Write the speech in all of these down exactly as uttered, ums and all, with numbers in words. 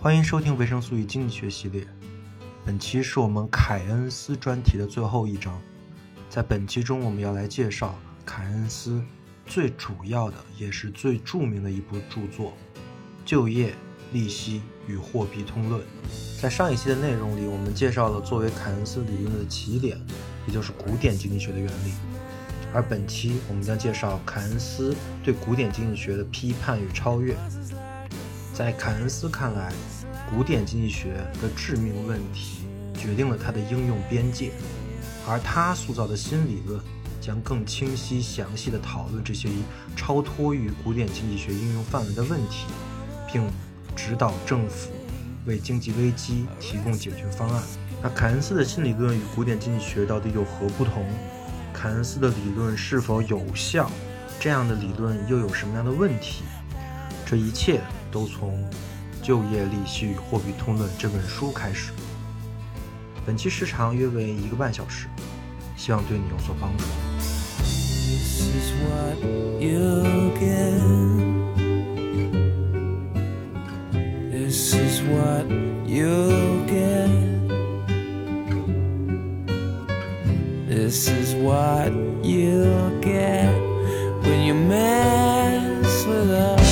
欢迎收听维生素与经济学系列，本期是我们凯恩斯专题的最后一章。在本期中，我们要来介绍凯恩斯最主要的也是最著名的一部著作《就业、利息与货币通论》。在上一期的内容里，我们介绍了作为凯恩斯理论的起点，也就是古典经济学的原理。而本期我们将介绍凯恩斯对古典经济学的批判与超越。在凯恩斯看来，古典经济学的致命问题决定了它的应用边界，而他塑造的新理论将更清晰详细地讨论这些超脱于古典经济学应用范围的问题，并指导政府为经济危机提供解决方案。那凯恩斯的新理论与古典经济学到底有何不同？凯恩斯的理论是否有效？这样的理论又有什么样的问题？这一切都从《就业、利息与货币通论》这本书开始。本期时长约为一个半小时，希望对你有所帮助。This is what you get. This is what you get. This is what you get when you mess with us.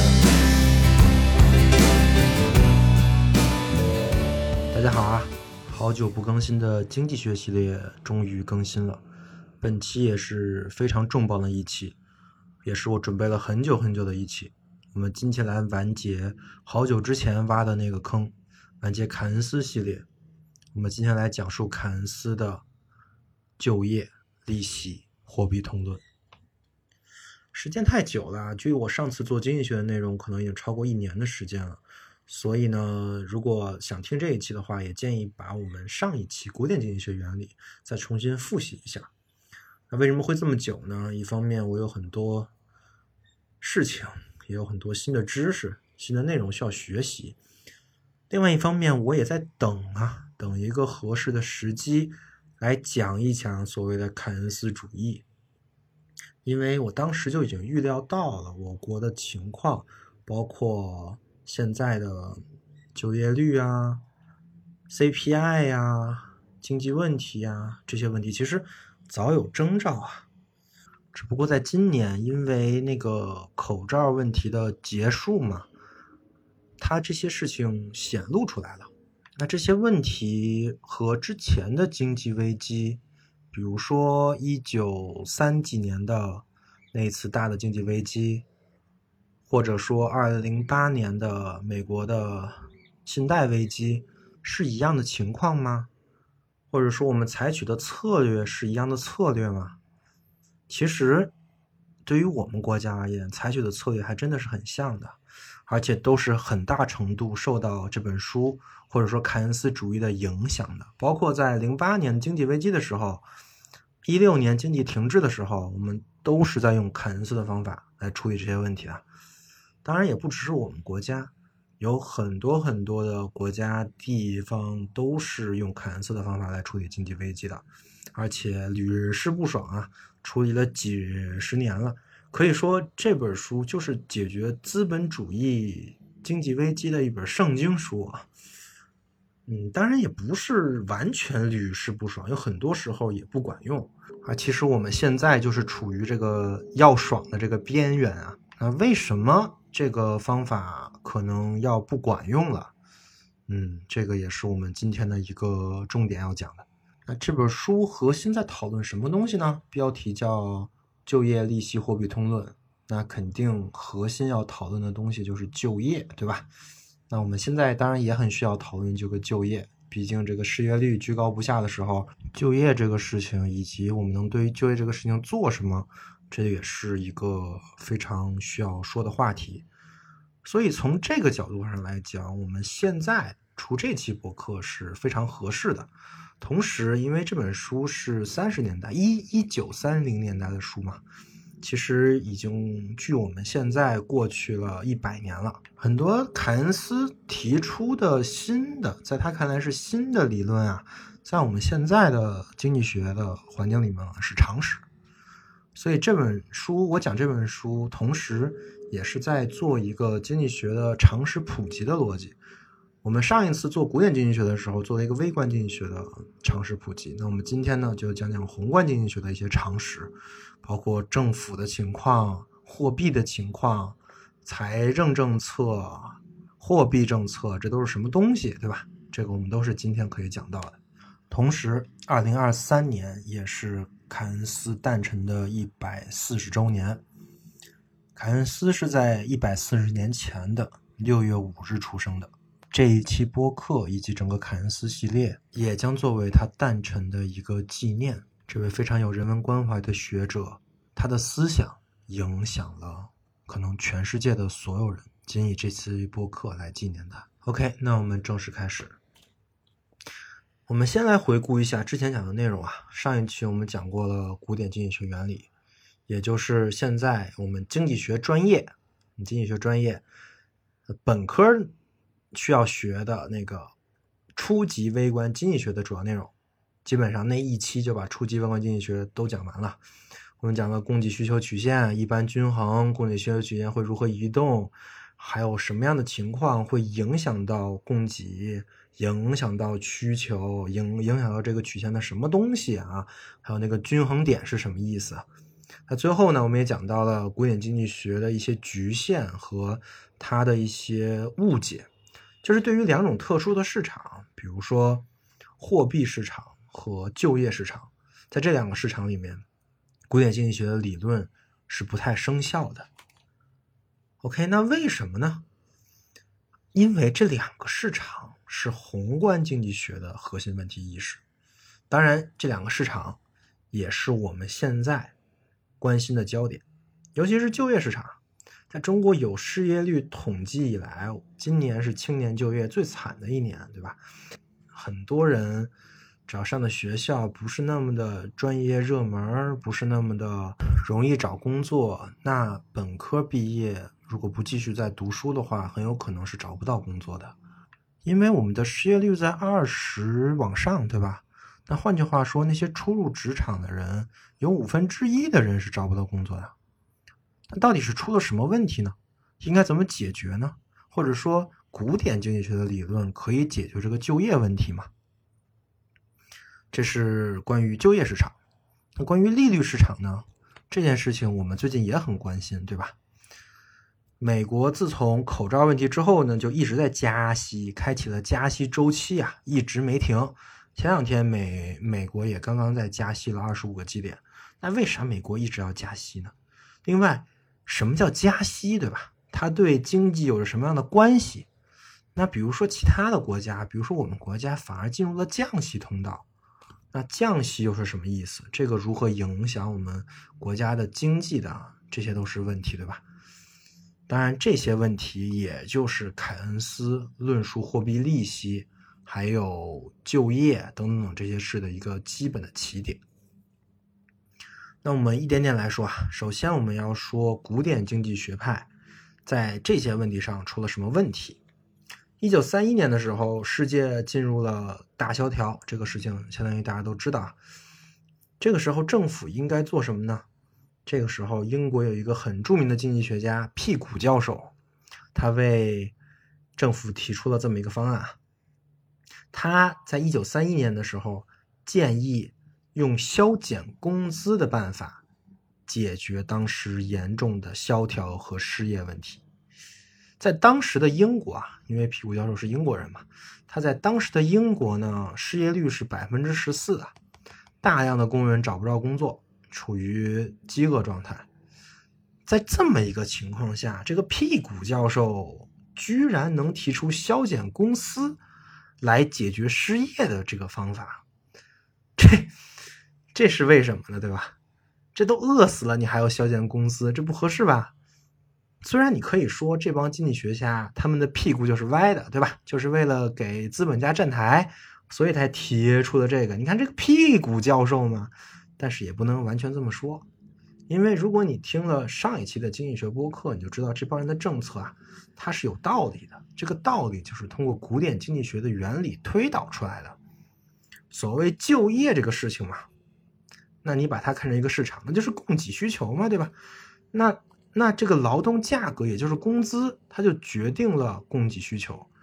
大家好啊，好久不更新的经济学系列终于更新了。本期也是非常重磅的一期，也是我准备了很久很久的一期。我们今天来完结好久之前挖的那个坑，完结凯恩斯系列。我们今天来讲述凯恩斯的就业、利息、货币通论。时间太久了，距离我上次做经济学的内容可能已经超过一年的时间了。所以呢，如果想听这一期的话，也建议把我们上一期古典经济学原理再重新复习一下。那为什么会这么久呢？一方面我有很多事情，也有很多新的知识、新的内容需要学习。另外一方面，我也在等啊，等一个合适的时机来讲一讲所谓的凯恩斯主义。因为我当时就已经预料到了我国的情况，包括现在的就业率啊 C P I 呀、经济问题啊，这些问题其实早有征兆啊。只不过在今年因为那个口罩问题的结束嘛，它这些事情显露出来了。那这些问题和之前的经济危机，比如说一九三几年的那次大的经济危机，或者说二零零八年的美国的信贷危机是一样的情况吗？或者说我们采取的策略是一样的策略吗？其实对于我们国家而言，采取的策略还真的是很像的，而且都是很大程度受到这本书或者说凯恩斯主义的影响的。包括在零八年经济危机的时候，一六年经济停滞的时候，我们都是在用凯恩斯的方法来处理这些问题的。当然也不只是我们国家，有很多很多的国家地方都是用凯恩斯的方法来处理经济危机的，而且屡试不爽啊，处理了几十年了。可以说这本书就是解决资本主义经济危机的一本圣经书啊。嗯，当然也不是完全屡试不爽，有很多时候也不管用。而其实我们现在就是处于这个要爽的这个边缘啊。那为什么这个方法可能要不管用了？嗯，这个也是我们今天的一个重点要讲的。那这本书核心在讨论什么东西呢？标题叫《就业、利息、货币通论》，那肯定核心要讨论的东西就是就业，对吧？那我们现在当然也很需要讨论这个就业，毕竟这个失业率居高不下的时候，就业这个事情以及我们能对于就业这个事情做什么，这也是一个非常需要说的话题。所以从这个角度上来讲，我们现在出这期播客是非常合适的。同时因为这本书是三十年代一一九三零年代的书嘛，其实已经距我们现在过去了一百年了。很多凯恩斯提出的新的，在他看来是新的理论啊，在我们现在的经济学的环境里面是常识。所以这本书，我讲这本书同时也是在做一个经济学的常识普及的逻辑。 我们上一次做古典经济学的时候做了一个微观经济学的常识普及，那我们今天呢就讲讲宏观经济学的一些常识，包括政府的情况、货币的情况、财政政策、货币政策，这都是什么东西，对吧？这个我们都是今天可以讲到的。同时二零二三年也是凯恩斯诞辰的一百四十周年。凯恩斯是在一百四十年前的六月五日出生的。这一期播客以及整个凯恩斯系列也将作为他诞辰的一个纪念。这位非常有人文关怀的学者，他的思想影响了可能全世界的所有人，仅以这次播客来纪念他。 OK， 那我们正式开始。我们先来回顾一下之前讲的内容啊。上一期我们讲过了古典经济学原理，也就是现在我们经济学专业经济学专业本科需要学的那个初级微观经济学的主要内容，基本上那一期就把初级微观经济学都讲完了。我们讲了供给需求曲线一般均衡，供给需求曲线会如何移动，还有什么样的情况会影响到供给，影响到需求，影影响到这个曲线的什么东西啊？还有那个均衡点是什么意思？那最后呢，我们也讲到了古典经济学的一些局限和它的一些误解，就是对于两种特殊的市场，比如说货币市场和就业市场，在这两个市场里面，古典经济学的理论是不太生效的。OK， 那为什么呢？因为这两个市场是宏观经济学的核心问题意识。当然，这两个市场也是我们现在关心的焦点，尤其是就业市场。在中国有失业率统计以来，今年是青年就业最惨的一年，对吧？很多人只要上的学校不是那么的专业热门，不是那么的容易找工作，那本科毕业如果不继续再读书的话，很有可能是找不到工作的。因为我们的失业率在二十往上，对吧？那换句话说，那些初入职场的人有五分之一的人是找不到工作的。那到底是出了什么问题呢？应该怎么解决呢？或者说古典经济学的理论可以解决这个就业问题吗？这是关于就业市场。那关于利率市场呢？这件事情我们最近也很关心，对吧？美国自从口罩问题之后呢，就一直在加息，开启了加息周期啊，一直没停。前两天美美国也刚刚在加息了二十五个基点。那为啥美国一直要加息呢？另外，什么叫加息，对吧？它对经济有着什么样的关系？那比如说其他的国家，比如说我们国家反而进入了降息通道，那降息又是什么意思？这个如何影响我们国家的经济的？这些都是问题，对吧？当然这些问题也就是凯恩斯论述货币利息还有就业等等这些事的一个基本的起点。那我们一点点来说啊，首先我们要说古典经济学派在这些问题上出了什么问题。一九三一年的时候，世界进入了大萧条，这个事情相当于大家都知道。这个时候政府应该做什么呢？这个时候英国有一个很著名的经济学家屁股教授，他为政府提出了这么一个方案。他在一九三一年的时候建议用削减工资的办法解决当时严重的萧条和失业问题。在当时的英国啊，因为屁股教授是英国人嘛，他在当时的英国呢，失业率是 百分之十四 啊，大量的工人找不着工作，处于饥饿状态。在这么一个情况下，这个屁股教授居然能提出削减工资来解决失业的这个方法，这这是为什么呢？对吧？这都饿死了，你还要削减工资，这不合适吧？虽然你可以说这帮经济学家他们的屁股就是歪的，对吧？就是为了给资本家站台，所以才提出了这个。你看这个屁股教授嘛，但是也不能完全这么说。因为如果你听了上一期的经济学播客，你就知道这帮人的政策啊，它是有道理的。这个道理就是通过古典经济学的原理推导出来的。所谓就业这个事情嘛，那你把它看成一个市场，那就是供给需求嘛，对吧？那那这个劳动价格也就是工资，它就决定了供给需求。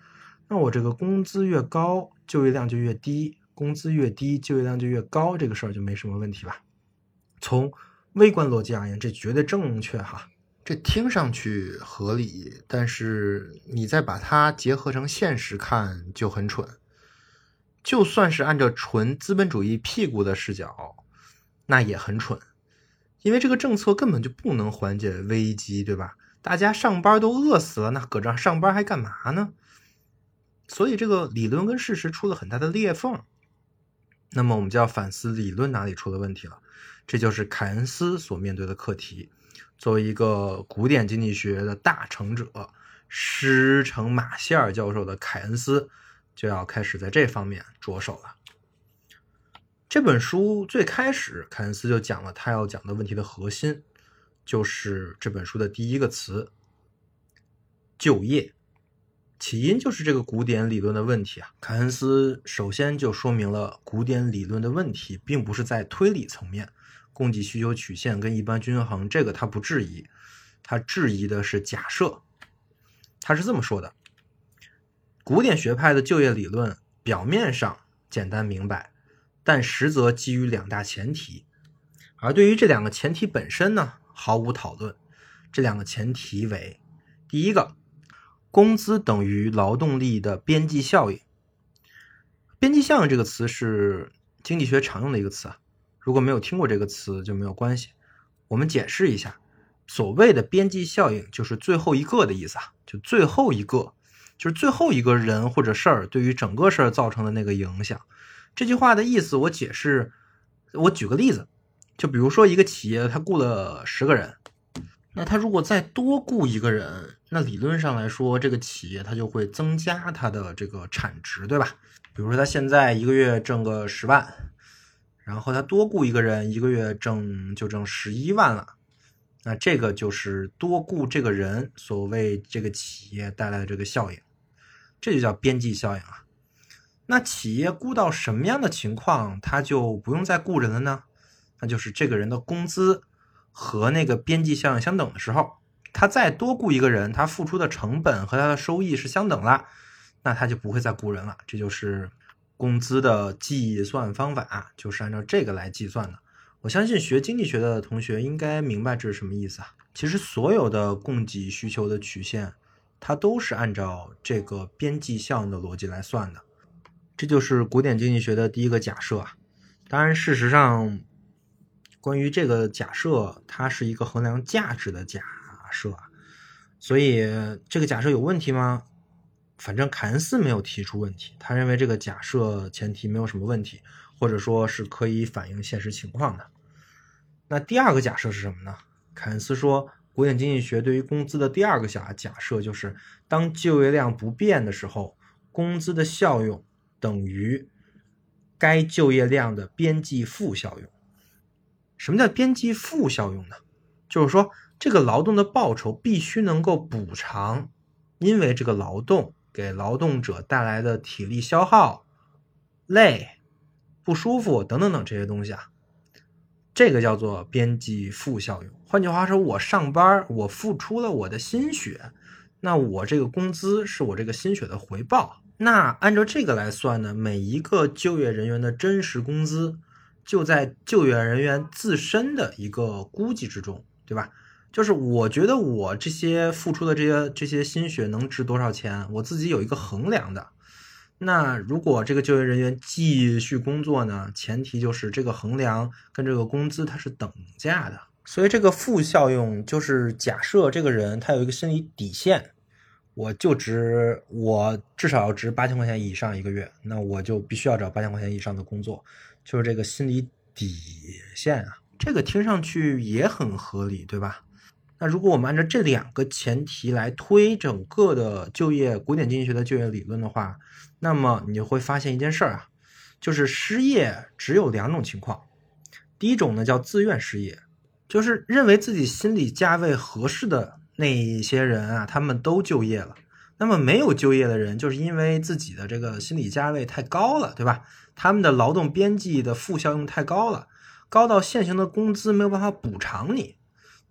那我这个工资越高，就业量就越低，工资越低，就业量就越高，这个事儿就没什么问题吧？从微观逻辑而言，这绝对正确哈。这听上去合理，但是你再把它结合成现实看就很蠢。就算是按照纯资本主义屁股的视角，那也很蠢，因为这个政策根本就不能缓解危机，对吧？大家上班都饿死了，那搁这上班还干嘛呢？所以这个理论跟事实出了很大的裂缝。那么我们就要反思理论哪里出了问题了，这就是凯恩斯所面对的课题。作为一个古典经济学的大成者，师承马歇尔教授的凯恩斯就要开始在这方面着手了。这本书最开始凯恩斯就讲了他要讲的问题的核心，就是这本书的第一个词，就业。起因就是这个古典理论的问题啊。凯恩斯首先就说明了古典理论的问题并不是在推理层面，供给需求曲线跟一般均衡，这个他不质疑，他质疑的是假设。他是这么说的，古典学派的就业理论表面上简单明白，但实则基于两大前提，而对于这两个前提本身呢，毫无讨论。这两个前提为，第一个，工资等于劳动力的边际效应。边际效应这个词是经济学常用的一个词啊，如果没有听过这个词就没有关系。我们解释一下，所谓的边际效应就是最后一个的意思啊，就最后一个，就是最后一个人或者事儿对于整个事儿造成的那个影响。这句话的意思我解释，我举个例子，就比如说一个企业他雇了十个人，那他如果再多雇一个人，那理论上来说这个企业它就会增加它的这个产值，对吧？比如说他现在一个月挣个十万，然后他多雇一个人，一个月挣就挣十一万了，那这个就是多雇这个人所谓这个企业带来的这个效应，这就叫边际效应啊。那企业雇到什么样的情况他就不用再雇人了呢？那就是这个人的工资和那个边际效应相等的时候，他再多雇一个人，他付出的成本和他的收益是相等了，那他就不会再雇人了。这就是工资的计算方法，就是按照这个来计算的。我相信学经济学的同学应该明白这是什么意思啊。其实所有的供给需求的曲线，它都是按照这个边际效应的逻辑来算的。这就是古典经济学的第一个假设啊。当然事实上关于这个假设，它是一个衡量价值的假设啊，所以这个假设有问题吗？反正凯恩斯没有提出问题，他认为这个假设前提没有什么问题，或者说是可以反映现实情况的。那第二个假设是什么呢？凯恩斯说，古典经济学对于工资的第二个假假设就是，当就业量不变的时候，工资的效用等于该就业量的边际负效用。什么叫边际负效用呢？就是说这个劳动的报酬必须能够补偿因为这个劳动给劳动者带来的体力消耗、累、不舒服等等等这些东西啊，这个叫做边际负效用。换句话说，我上班我付出了我的心血，那我这个工资是我这个心血的回报。那按照这个来算呢，每一个就业人员的真实工资就在就业人员自身的一个估计之中，对吧？就是我觉得我这些付出的这些这些心血能值多少钱，我自己有一个衡量的。那如果这个就业人员继续工作呢，前提就是这个衡量跟这个工资它是等价的。所以这个负效用就是假设这个人他有一个心理底线，我就值我至少要值八千块钱以上一个月，那我就必须要找八千块钱以上的工作，就是这个心理底线啊。这个听上去也很合理，对吧？那如果我们按照这两个前提来推整个的就业古典经济学的就业理论的话，那么你就会发现一件事儿啊，就是失业只有两种情况。第一种呢叫自愿失业，就是认为自己心理价位合适的那些人啊，他们都就业了。那么没有就业的人，就是因为自己的这个心理价位太高了，对吧？他们的劳动边际的负效用太高了，高到现行的工资没有办法补偿你。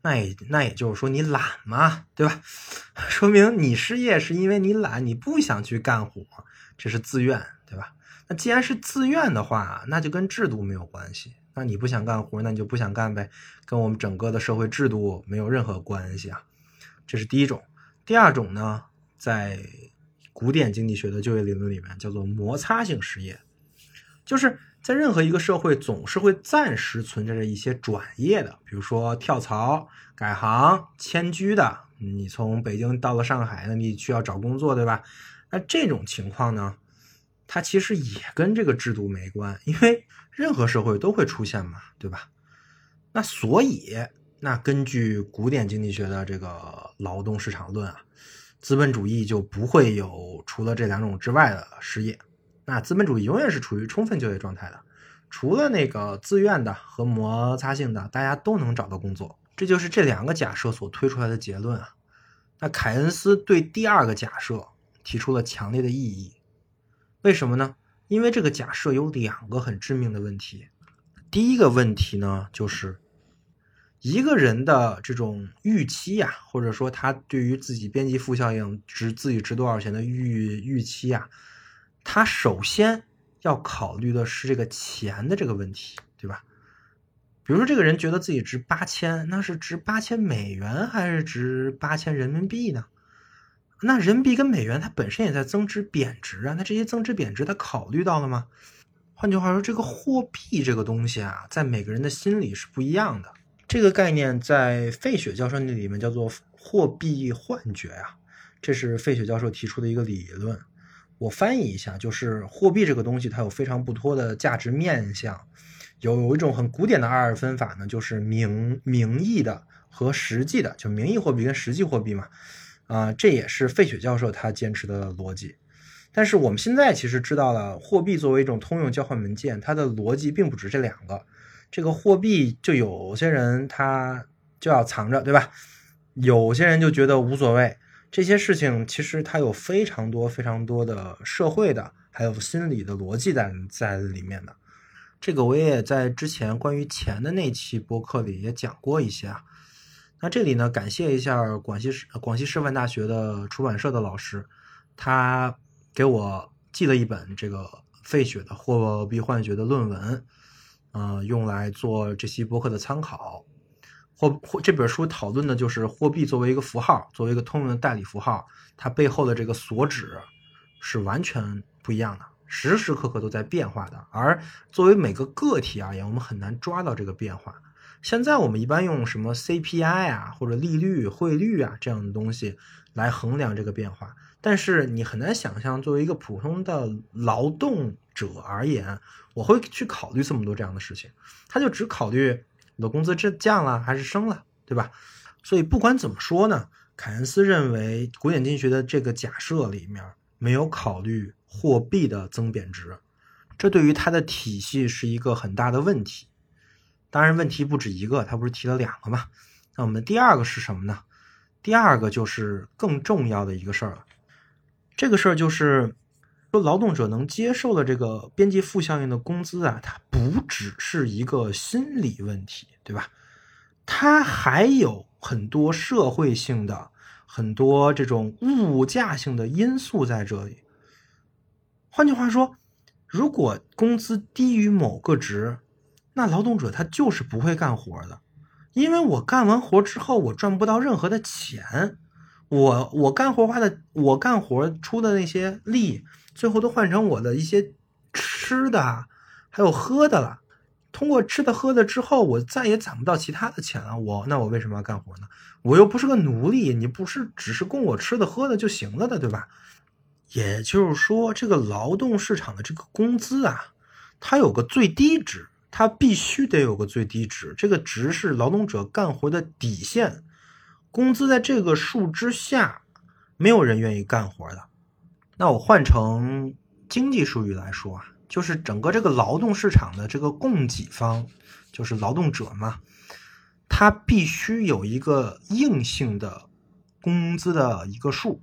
那也那也就是说你懒嘛，对吧？说明你失业是因为你懒，你不想去干活，这是自愿，对吧？那既然是自愿的话，那就跟制度没有关系。那你不想干活，那你就不想干呗，跟我们整个的社会制度没有任何关系啊。这是第一种。第二种呢，在古典经济学的就业理论里面叫做摩擦性失业，就是在任何一个社会总是会暂时存在着一些转业的，比如说跳槽、改行、迁居的。你从北京到了上海，那你需要找工作，对吧？那这种情况呢，它其实也跟这个制度没关，因为任何社会都会出现嘛，对吧？那所以，那根据古典经济学的这个劳动市场论啊，资本主义就不会有除了这两种之外的失业。那资本主义永远是处于充分就业状态的，除了那个自愿的和摩擦性的，大家都能找到工作。这就是这两个假设所推出来的结论啊。那凯恩斯对第二个假设提出了强烈的异议。为什么呢？因为这个假设有两个很致命的问题。第一个问题呢，就是一个人的这种预期啊，或者说他对于自己边际负效应值自己值多少钱的预预期啊，他首先要考虑的是这个钱的这个问题，对吧？比如说这个人觉得自己值八千，那是值八千美元还是值八千人民币呢？那人民币跟美元它本身也在增值贬值啊，那这些增值贬值他考虑到了吗？换句话说，这个货币这个东西啊，在每个人的心里是不一样的。这个概念在费雪教授那里面叫做货币幻觉啊，这是费雪教授提出的一个理论。我翻译一下，就是货币这个东西它有非常不同的价值面向，有有一种很古典的二分法呢，就是名名义的和实际的，就名义货币跟实际货币嘛，啊、呃，这也是费雪教授他坚持的逻辑。但是我们现在其实知道了，货币作为一种通用交换门件，它的逻辑并不止这两个。这个货币就有些人他就要藏着，对吧？有些人就觉得无所谓。这些事情其实它有非常多非常多的社会的还有心理的逻辑在在里面的。这个我也在之前关于钱的那期播客里也讲过一些啊。那这里呢，感谢一下广西广西师范大学的出版社的老师，他给我寄了一本这个费雪的货币幻觉的论文，呃，用来做这期播客的参考。货这本书讨论的就是货币作为一个符号，作为一个通用的代理符号，它背后的这个所指是完全不一样的，时时刻刻都在变化的。而作为每个个体而言，我们很难抓到这个变化。现在我们一般用什么 C P I 啊，或者利率、汇率啊这样的东西来衡量这个变化，但是你很难想象，作为一个普通的劳动者而言，我会去考虑这么多这样的事情，他就只考虑我的工资是降了还是升了，对吧？所以不管怎么说呢，凯恩斯认为古典经济学的这个假设里面没有考虑货币的增贬值，这对于他的体系是一个很大的问题。当然问题不止一个，他不是提了两个吗？那我们第二个是什么呢？第二个就是更重要的一个事儿了。这个事儿就是说，劳动者能接受的这个边际负效应的工资啊，它不只是一个心理问题，对吧？它还有很多社会性的、很多这种物价性的因素在这里。换句话说，如果工资低于某个值，那劳动者他就是不会干活的，因为我干完活之后我赚不到任何的钱，我我干活花的我干活出的那些力，最后都换成我的一些吃的还有喝的了。通过吃的喝的之后，我再也攒不到其他的钱了，我那我为什么要干活呢？我又不是个奴隶，你不是只是供我吃的喝的就行了的，对吧？也就是说，这个劳动市场的这个工资啊，它有个最低值，它必须得有个最低值，这个值是劳动者干活的底线。工资在这个数之下，没有人愿意干活的。那我换成经济术语来说啊，就是整个这个劳动市场的这个供给方，就是劳动者嘛，他必须有一个硬性的工资的一个数，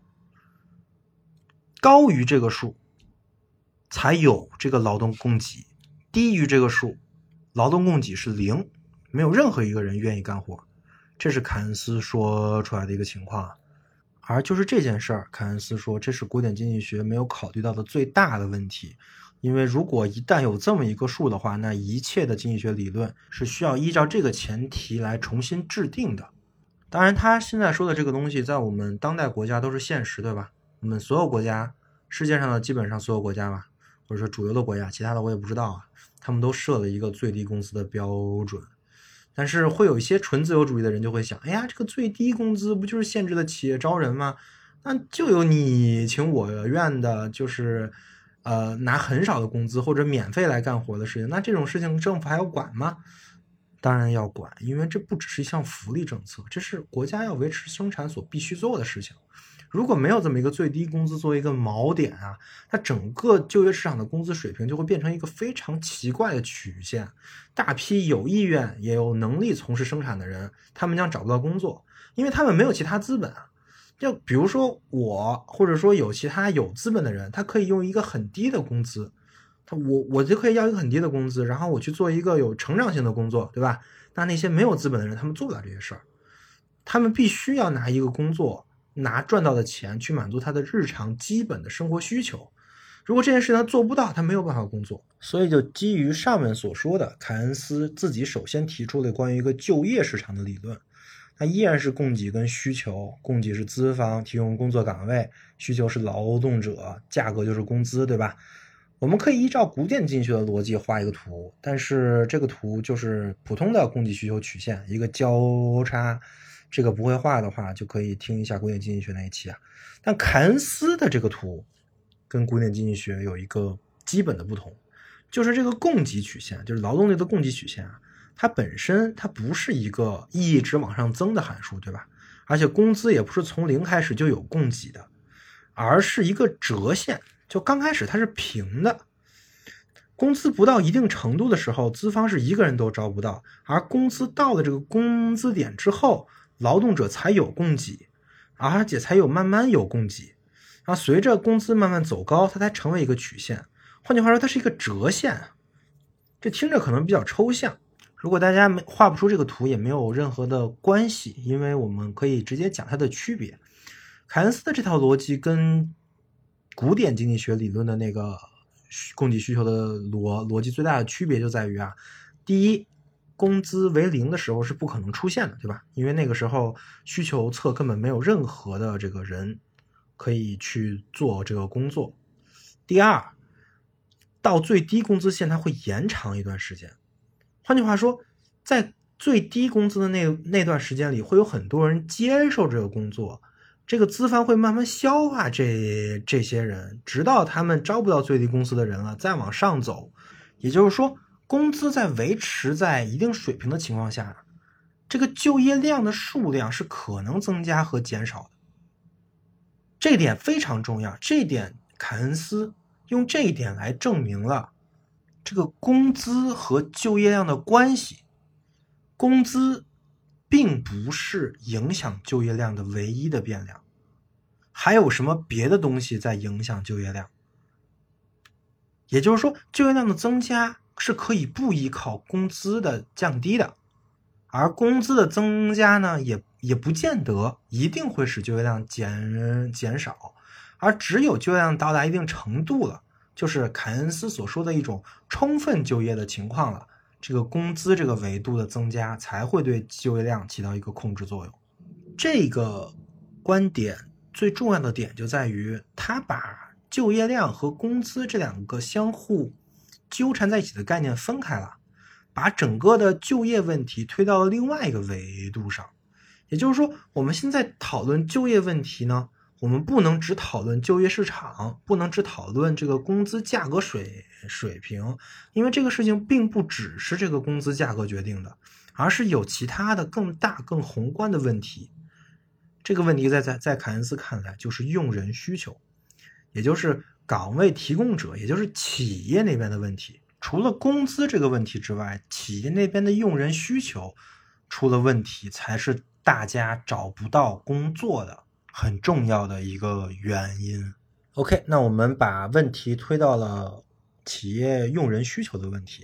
高于这个数才有这个劳动供给，低于这个数劳动供给是零，没有任何一个人愿意干活。 这是凯恩斯说出来的一个情况。而就是这件事儿，凯恩斯说这是古典经济学没有考虑到的最大的问题，因为如果一旦有这么一个数的话，那一切的经济学理论是需要依照这个前提来重新制定的。当然他现在说的这个东西在我们当代国家都是现实，对吧？我们所有国家，世界上的基本上所有国家吧，或者说主流的国家，其他的我也不知道啊，他们都设了一个最低工资的标准。但是会有一些纯自由主义的人就会想，哎呀，这个最低工资不就是限制了企业招人吗？那就有你情我愿的，就是呃拿很少的工资或者免费来干活的事情，那这种事情政府还要管吗？当然要管，因为这不只是一项福利政策，这是国家要维持生产所必须做的事情。如果没有这么一个最低工资作为一个锚点啊，那整个就业市场的工资水平就会变成一个非常奇怪的曲线。大批有意愿也有能力从事生产的人，他们将找不到工作，因为他们没有其他资本啊。就比如说我，或者说有其他有资本的人，他可以用一个很低的工资，他我我就可以要一个很低的工资，然后我去做一个有成长性的工作，对吧？那那些没有资本的人，他们做不了这些事儿，他们必须要拿一个工作，拿赚到的钱去满足他的日常基本的生活需求。如果这件事情他做不到，他没有办法工作。所以就基于上面所说的，凯恩斯自己首先提出了关于一个就业市场的理论。那依然是供给跟需求，供给是资方提供工作岗位，需求是劳动者，价格就是工资，对吧？我们可以依照古典经济学的逻辑画一个图，但是这个图就是普通的供给需求曲线，一个交叉。这个不会画的话，就可以听一下古典经济学那一期啊。但凯恩斯的这个图跟古典经济学有一个基本的不同，就是这个供给曲线，就是劳动力的供给曲线啊，它本身它不是一个一直往上增的函数，对吧？而且工资也不是从零开始就有供给的，而是一个折线，就刚开始它是平的。工资不到一定程度的时候，资方是一个人都招不到，而工资到了这个工资点之后，劳动者才有供给，而且才有慢慢有供给，然后随着工资慢慢走高，它才成为一个曲线。换句话说，它是一个折线，这听着可能比较抽象。如果大家画不出这个图也没有任何的关系，因为我们可以直接讲它的区别。凯恩斯的这套逻辑跟古典经济学理论的那个供给需求的逻逻辑最大的区别就在于啊，第一，工资为零的时候是不可能出现的，对吧？因为那个时候需求侧根本没有任何的这个人可以去做这个工作。第二，到最低工资线它会延长一段时间。换句话说，在最低工资的那那段时间里，会有很多人接受这个工作，这个资方会慢慢消化这这些人，直到他们招不到最低工资的人了，再往上走。也就是说，工资在维持在一定水平的情况下，这个就业量的数量是可能增加和减少的。这一点非常重要，这一点凯恩斯用这一点来证明了这个工资和就业量的关系。工资并不是影响就业量的唯一的变量，还有什么别的东西在影响就业量？也就是说，就业量的增加是可以不依靠工资的降低的，而工资的增加呢，也也不见得一定会使就业量减减少，而只有就业量到达一定程度了，就是凯恩斯所说的一种充分就业的情况了，这个工资这个维度的增加才会对就业量起到一个控制作用。这个观点最重要的点就在于，他把就业量和工资这两个相互纠缠在一起的概念分开了，把整个的就业问题推到了另外一个维度上。也就是说，我们现在讨论就业问题呢，我们不能只讨论就业市场，不能只讨论这个工资价格水水平，因为这个事情并不只是这个工资价格决定的，而是有其他的更大更宏观的问题。这个问题在在在凯恩斯看来就是用人需求，也就是岗位提供者，也就是企业那边的问题。除了工资这个问题之外，企业那边的用人需求出了问题，才是大家找不到工作的很重要的一个原因。 OK， 那我们把问题推到了企业用人需求的问题，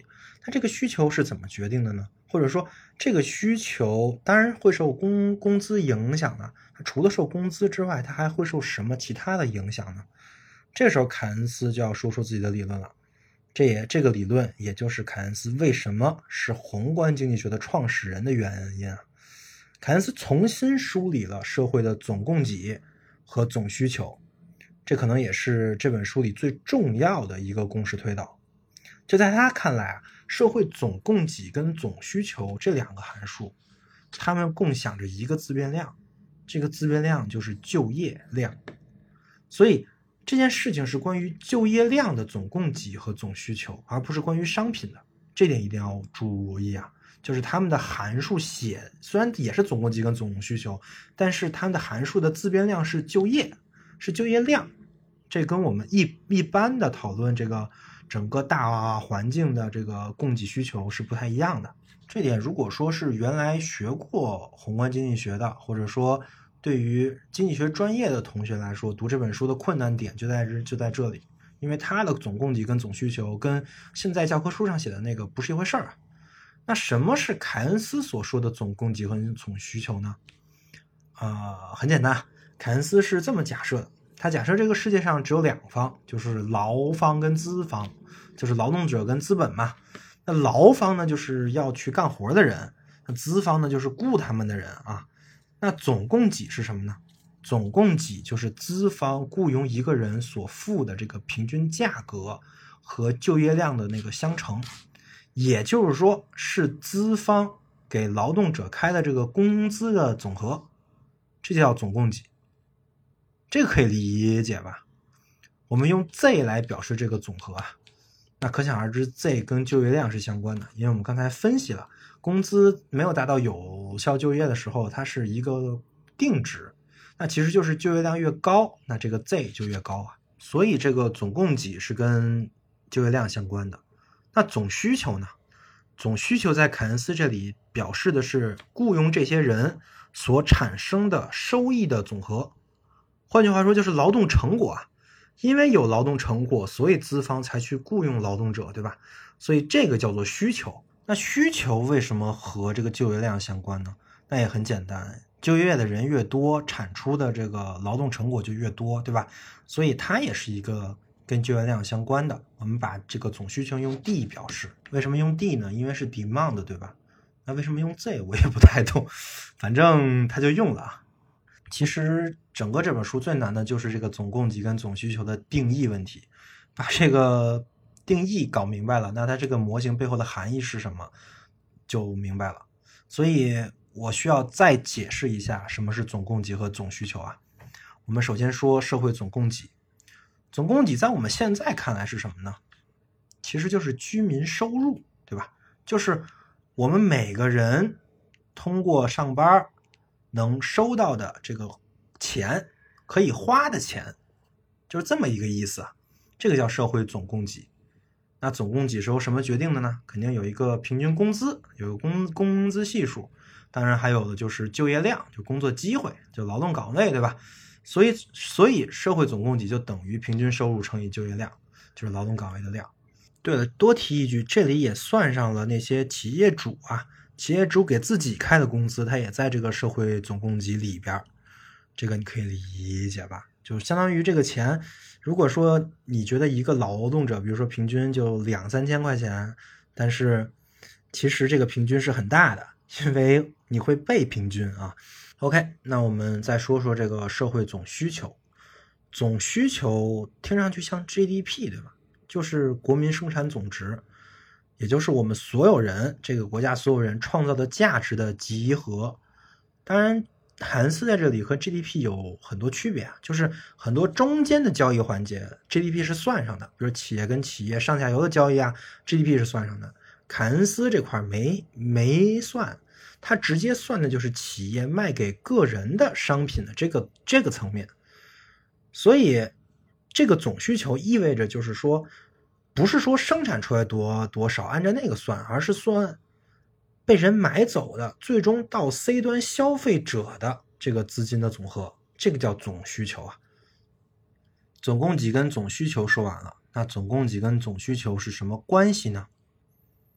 那这个需求是怎么决定的呢？或者说这个需求当然会受工工资影响的，除了受工资之外，它还会受什么其他的影响呢？这时候凯恩斯就要说出自己的理论了。这也这个理论也就是凯恩斯为什么是宏观经济学的创始人的原因啊。凯恩斯重新梳理了社会的总供给和总需求，这可能也是这本书里最重要的一个公式推导。就在他看来啊，社会总供给跟总需求这两个函数，它们共享着一个自变量，这个自变量就是就业量。所以这件事情是关于就业量的总供给和总需求，而不是关于商品的，这点一定要注意啊。就是他们的函数写虽然也是总供给跟总需求，但是他们的函数的自变量是就业，是就业量。这跟我们一一般的讨论这个整个大环境的这个供给需求是不太一样的。这点如果说是原来学过宏观经济学的，或者说对于经济学专业的同学来说，读这本书的困难点就在就在这里，因为它的总供给跟总需求跟现在教科书上写的那个不是一回事儿啊。那什么是凯恩斯所说的总供给和总需求呢？呃，很简单，凯恩斯是这么假设的，他假设这个世界上只有两方，就是劳方跟资方，就是劳动者跟资本嘛。那劳方呢，就是要去干活的人，那资方呢，就是雇他们的人啊。那总供给是什么呢？总供给就是资方雇佣一个人所付的这个平均价格和就业量的那个相乘，也就是说是资方给劳动者开的这个工资的总和，这就叫总供给。这个可以理解吧？我们用 Z 来表示这个总和啊，那可想而知 Z 跟就业量是相关的，因为我们刚才分析了，工资没有达到有效就业的时候，它是一个定值，那其实就是就业量越高，那这个 Z 就越高啊。所以这个总供给是跟就业量相关的。那总需求呢？总需求在凯恩斯这里表示的是雇佣这些人所产生的收益的总和。换句话说，就是劳动成果啊。因为有劳动成果，所以资方才去雇佣劳动者，对吧？所以这个叫做需求。那需求为什么和这个就业量相关呢？那也很简单，就业的人越多，产出的这个劳动成果就越多，对吧？所以它也是一个跟就业量相关的。我们把这个总需求用 D 表示，为什么用 D 呢？因为是 demand， 对吧？那为什么用 Z 我也不太懂，反正它就用了啊。其实整个这本书最难的就是这个总供给跟总需求的定义问题，把这个定义搞明白了，那它这个模型背后的含义是什么就明白了。所以我需要再解释一下什么是总供给和总需求啊。我们首先说社会总供给，总供给在我们现在看来是什么呢？其实就是居民收入，对吧？就是我们每个人通过上班能收到的这个钱，可以花的钱，就是这么一个意思啊。这个叫社会总供给。那总供给是由什么决定的呢？肯定有一个平均工资，有一个工工资系数，当然还有的就是就业量，就工作机会，就劳动岗位，对吧？所以所以社会总供给就等于平均收入乘以就业量，就是劳动岗位的量。对了，多提一句，这里也算上了那些企业主啊，企业主给自己开的工资，它也在这个社会总供给里边，这个你可以理解吧？就相当于这个钱，如果说你觉得一个劳动者，比如说平均就两三千块钱，但是其实这个平均是很大的，因为你会被平均啊。OK， 那我们再说说这个社会总需求。总需求听上去像 G D P， 对吧？就是国民生产总值，也就是我们所有人，这个国家所有人创造的价值的集合。当然凯恩斯在这里和 G D P 有很多区别啊，就是很多中间的交易环节 G D P 是算上的，比如企业跟企业上下游的交易啊 G D P 是算上的。凯恩斯这块没没算，他直接算的就是企业卖给个人的商品的这个这个层面。所以这个总需求意味着就是说，不是说生产出来多多少按照那个算，而是算被人买走的最终到 C 端消费者的这个资金的总和，这个叫总需求啊。总供给跟总需求说完了，那总供给跟总需求是什么关系呢？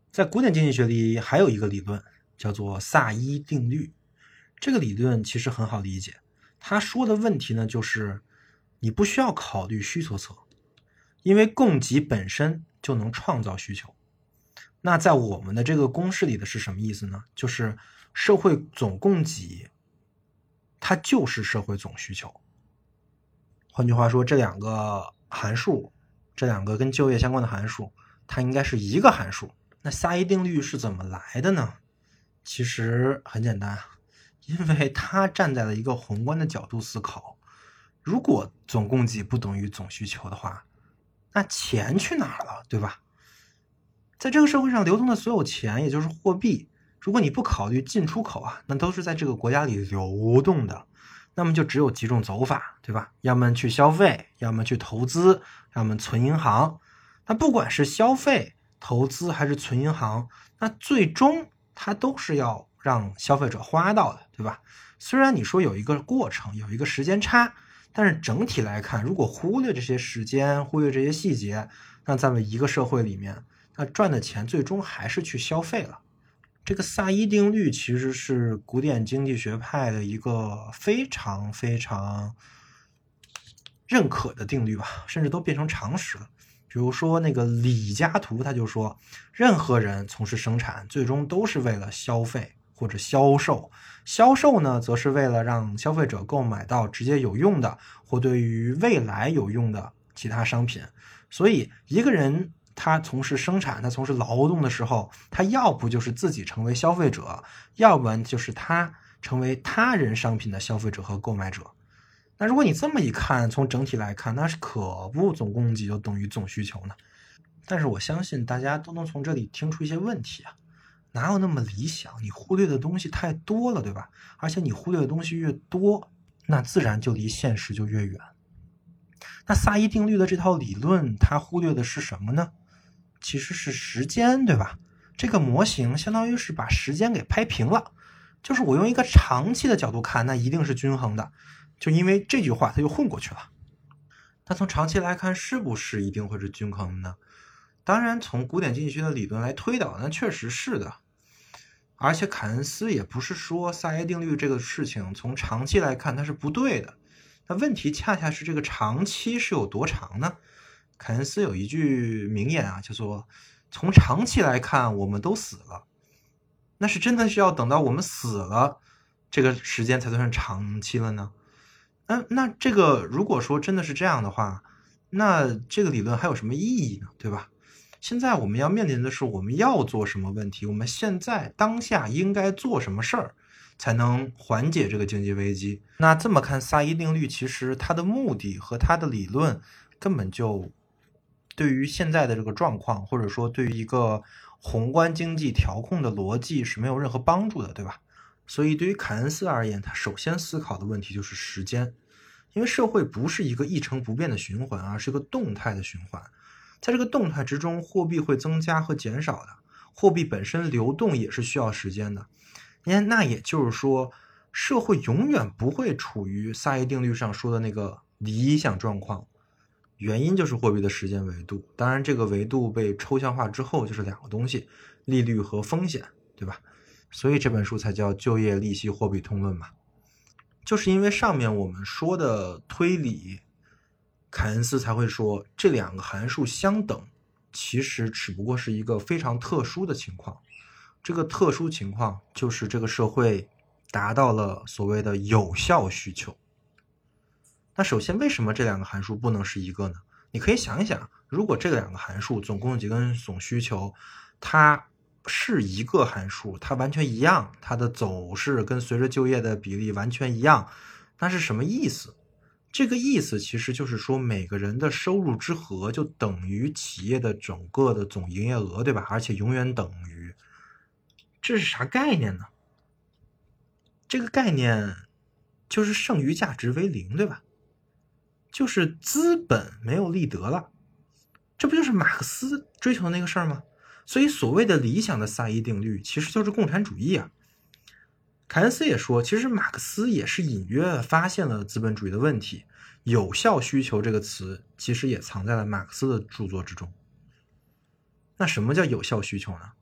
在古典经济学里还有一个理论叫做萨伊定律，这个理论其实很好理解，他说的问题呢就是你不需要考虑需求侧，因为供给本身就能创造需求。那在我们的这个公式里的是什么意思呢？就是社会总供给它就是社会总需求。换句话说，这两个函数，这两个跟就业相关的函数，它应该是一个函数。那萨伊定律是怎么来的呢？其实很简单，因为它站在了一个宏观的角度思考，如果总供给不等于总需求的话，那钱去哪儿了，对吧？在这个社会上流动的所有钱，也就是货币，如果你不考虑进出口啊，那都是在这个国家里流动的，那么就只有几种走法，对吧？要么去消费，要么去投资，要么存银行。那不管是消费、投资还是存银行，那最终它都是要让消费者花到的，对吧？虽然你说有一个过程，有一个时间差，但是整体来看，如果忽略这些时间，忽略这些细节，那在一个社会里面，那赚的钱最终还是去消费了。这个萨伊定律其实是古典经济学派的一个非常非常认可的定律吧，甚至都变成常识了。比如说那个李嘉图他就说，任何人从事生产最终都是为了消费或者销售，销售呢则是为了让消费者购买到直接有用的或对于未来有用的其他商品。所以一个人他从事生产，他从事劳动的时候，他要不就是自己成为消费者，要不然就是他成为他人商品的消费者和购买者。那如果你这么一看，从整体来看，那是可不总供给就等于总需求呢。但是我相信大家都能从这里听出一些问题啊，哪有那么理想？你忽略的东西太多了，对吧？而且你忽略的东西越多，那自然就离现实就越远。那萨伊定律的这套理论，它忽略的是什么呢？其实是时间，对吧？这个模型相当于是把时间给拍平了，就是我用一个长期的角度看，那一定是均衡的，就因为这句话它就混过去了。那从长期来看，是不是一定会是均衡的呢？当然从古典经济学的理论来推导，那确实是的。而且凯恩斯也不是说萨伊定律这个事情从长期来看它是不对的，那问题恰恰是这个长期是有多长呢？凯恩斯有一句名言啊，叫做从长期来看我们都死了，那是真的是要等到我们死了这个时间才算是长期了呢？那那这个如果说真的是这样的话，那这个理论还有什么意义呢？对吧？现在我们要面临的是我们要做什么问题，我们现在当下应该做什么事儿才能缓解这个经济危机。那这么看，萨伊定律其实它的目的和它的理论根本就对于现在的这个状况，或者说对于一个宏观经济调控的逻辑是没有任何帮助的，对吧？所以对于凯恩斯而言，他首先思考的问题就是时间，因为社会不是一个一成不变的循环，而是一个动态的循环。在这个动态之中，货币会增加和减少的，货币本身流动也是需要时间的。那也就是说，社会永远不会处于萨伊定律上说的那个理想状况，原因就是货币的时间维度。当然这个维度被抽象化之后就是两个东西，利率和风险，对吧？所以这本书才叫就业利息货币通论嘛。就是因为上面我们说的推理，凯恩斯才会说这两个函数相等，其实只不过是一个非常特殊的情况。这个特殊情况就是这个社会达到了所谓的有效需求。那首先为什么这两个函数不能是一个呢？你可以想一想，如果这两个函数总供给跟总需求它是一个函数，它完全一样，它的走势跟随着就业的比例完全一样，那是什么意思？这个意思其实就是说每个人的收入之和就等于企业的整个的总营业额，对吧？而且永远等于。这是啥概念呢？这个概念就是剩余价值为零，对吧？就是资本没有利得了，这不就是马克思追求的那个事儿吗？所以所谓的理想的萨伊定律其实就是共产主义啊。凯恩斯也说，其实马克思也是隐约发现了资本主义的问题，有效需求这个词其实也藏在了马克思的著作之中。那什么叫有效需求呢？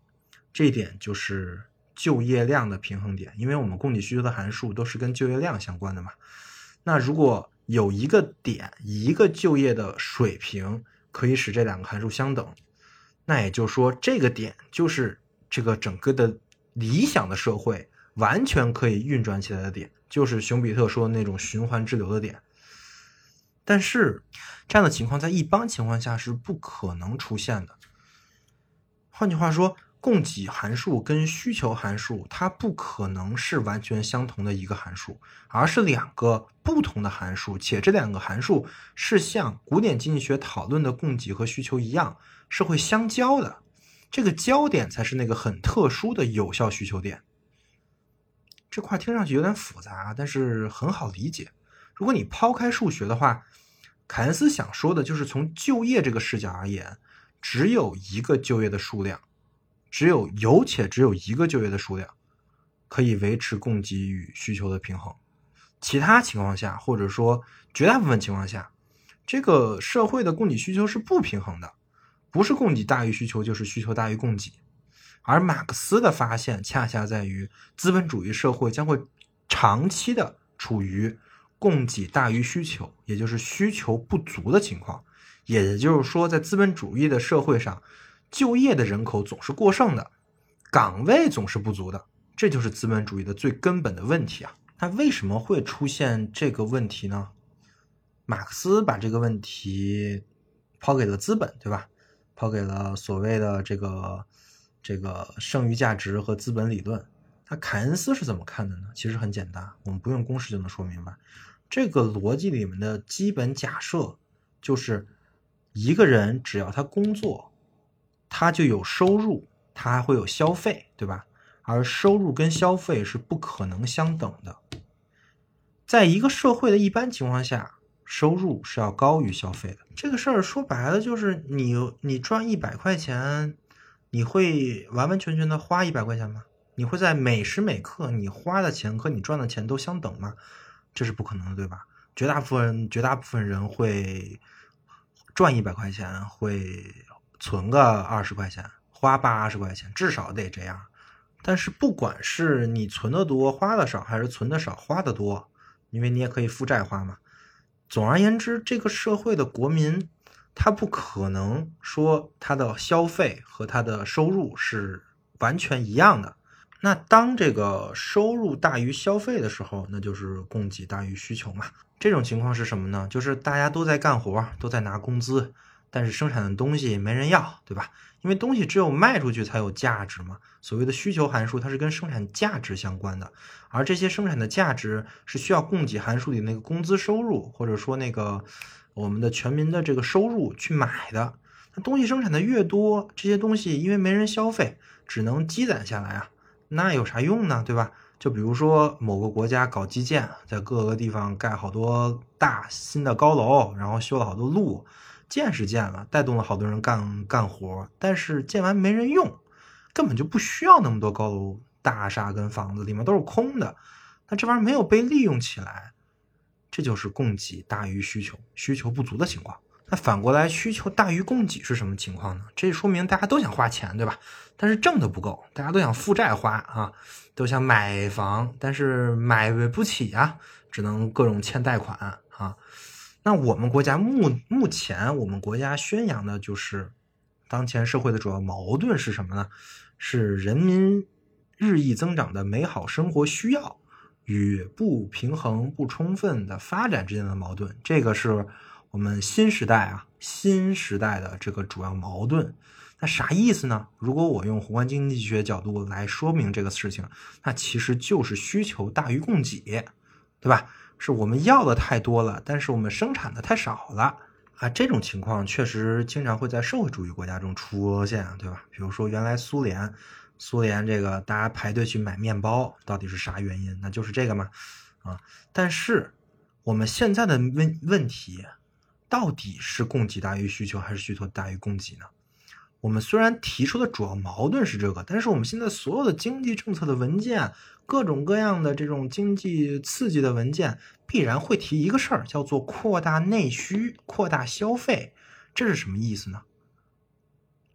这一点就是就业量的平衡点，因为我们供给需求的函数都是跟就业量相关的嘛。那如果有一个点，一个就业的水平可以使这两个函数相等，那也就是说这个点就是这个整个的理想的社会完全可以运转起来的点，就是熊彼特说的那种循环之流的点。但是这样的情况在一般情况下是不可能出现的。换句话说，供给函数跟需求函数它不可能是完全相同的一个函数，而是两个不同的函数，且这两个函数是像古典经济学讨论的供给和需求一样，是会相交的。这个交点才是那个很特殊的有效需求点。这块听上去有点复杂，但是很好理解。如果你抛开数学的话，凯恩斯想说的就是从就业这个视角而言，只有一个就业的数量，只有有且只有一个就业的数量可以维持供给与需求的平衡。其他情况下，或者说绝大部分情况下，这个社会的供给需求是不平衡的，不是供给大于需求，就是需求大于供给。而马克思的发现恰恰在于资本主义社会将会长期的处于供给大于需求，也就是需求不足的情况。也就是说，在资本主义的社会上，就业的人口总是过剩的，岗位总是不足的，这就是资本主义的最根本的问题啊。那为什么会出现这个问题呢？马克思把这个问题抛给了资本，对吧？抛给了所谓的这个这个剩余价值和资本理论。那凯恩斯是怎么看的呢？其实很简单，我们不用公式就能说明白。这个逻辑里面的基本假设就是一个人只要他工作，他就有收入，他还会有消费，对吧？而收入跟消费是不可能相等的。在一个社会的一般情况下，收入是要高于消费的。这个事儿说白了就是你你赚一百块钱，你会完完全全的花一百块钱吗？你会在每时每刻你花的钱和你赚的钱都相等吗？这是不可能的，对吧？绝大部分绝大部分人会赚一百块钱，会存个二十块钱，花八十块钱，至少得这样。但是不管是你存的多花的少，还是存的少花的多，因为你也可以负债花嘛。总而言之，这个社会的国民他不可能说他的消费和他的收入是完全一样的。那当这个收入大于消费的时候，那就是供给大于需求嘛。这种情况是什么呢？就是大家都在干活，都在拿工资，但是生产的东西没人要，对吧？因为东西只有卖出去才有价值嘛。所谓的需求函数它是跟生产价值相关的，而这些生产的价值是需要供给函数里那个工资收入，或者说那个我们的全民的这个收入去买的。那东西生产的越多，这些东西因为没人消费，只能积攒下来啊。那有啥用呢，对吧？就比如说某个国家搞基建，在各个地方盖好多大新的高楼，然后修了好多路，建是建了，带动了好多人干干活，但是建完没人用，根本就不需要那么多高楼大厦跟房子，里面都是空的。那这玩意儿没有被利用起来，这就是供给大于需求，需求不足的情况。那反过来，需求大于供给是什么情况呢？这说明大家都想花钱，对吧？但是挣的不够，大家都想负债花啊，都想买房，但是买不起啊，只能各种欠贷款啊。那我们国家目目前我们国家宣扬的就是当前社会的主要矛盾是什么呢？是人民日益增长的美好生活需要与不平衡不充分的发展之间的矛盾。这个是我们新时代啊，新时代的这个主要矛盾。那啥意思呢？如果我用宏观经济学角度来说明这个事情，那其实就是需求大于供给，对吧？是我们要的太多了，但是我们生产的太少了啊。这种情况确实经常会在社会主义国家中出现，对吧？比如说原来苏联苏联这个大家排队去买面包，到底是啥原因？那就是这个嘛啊。但是我们现在的问问题到底是供给大于需求还是需求大于供给呢？我们虽然提出的主要矛盾是这个，但是我们现在所有的经济政策的文件，各种各样的这种经济刺激的文件，必然会提一个事儿，叫做扩大内需、扩大消费。这是什么意思呢？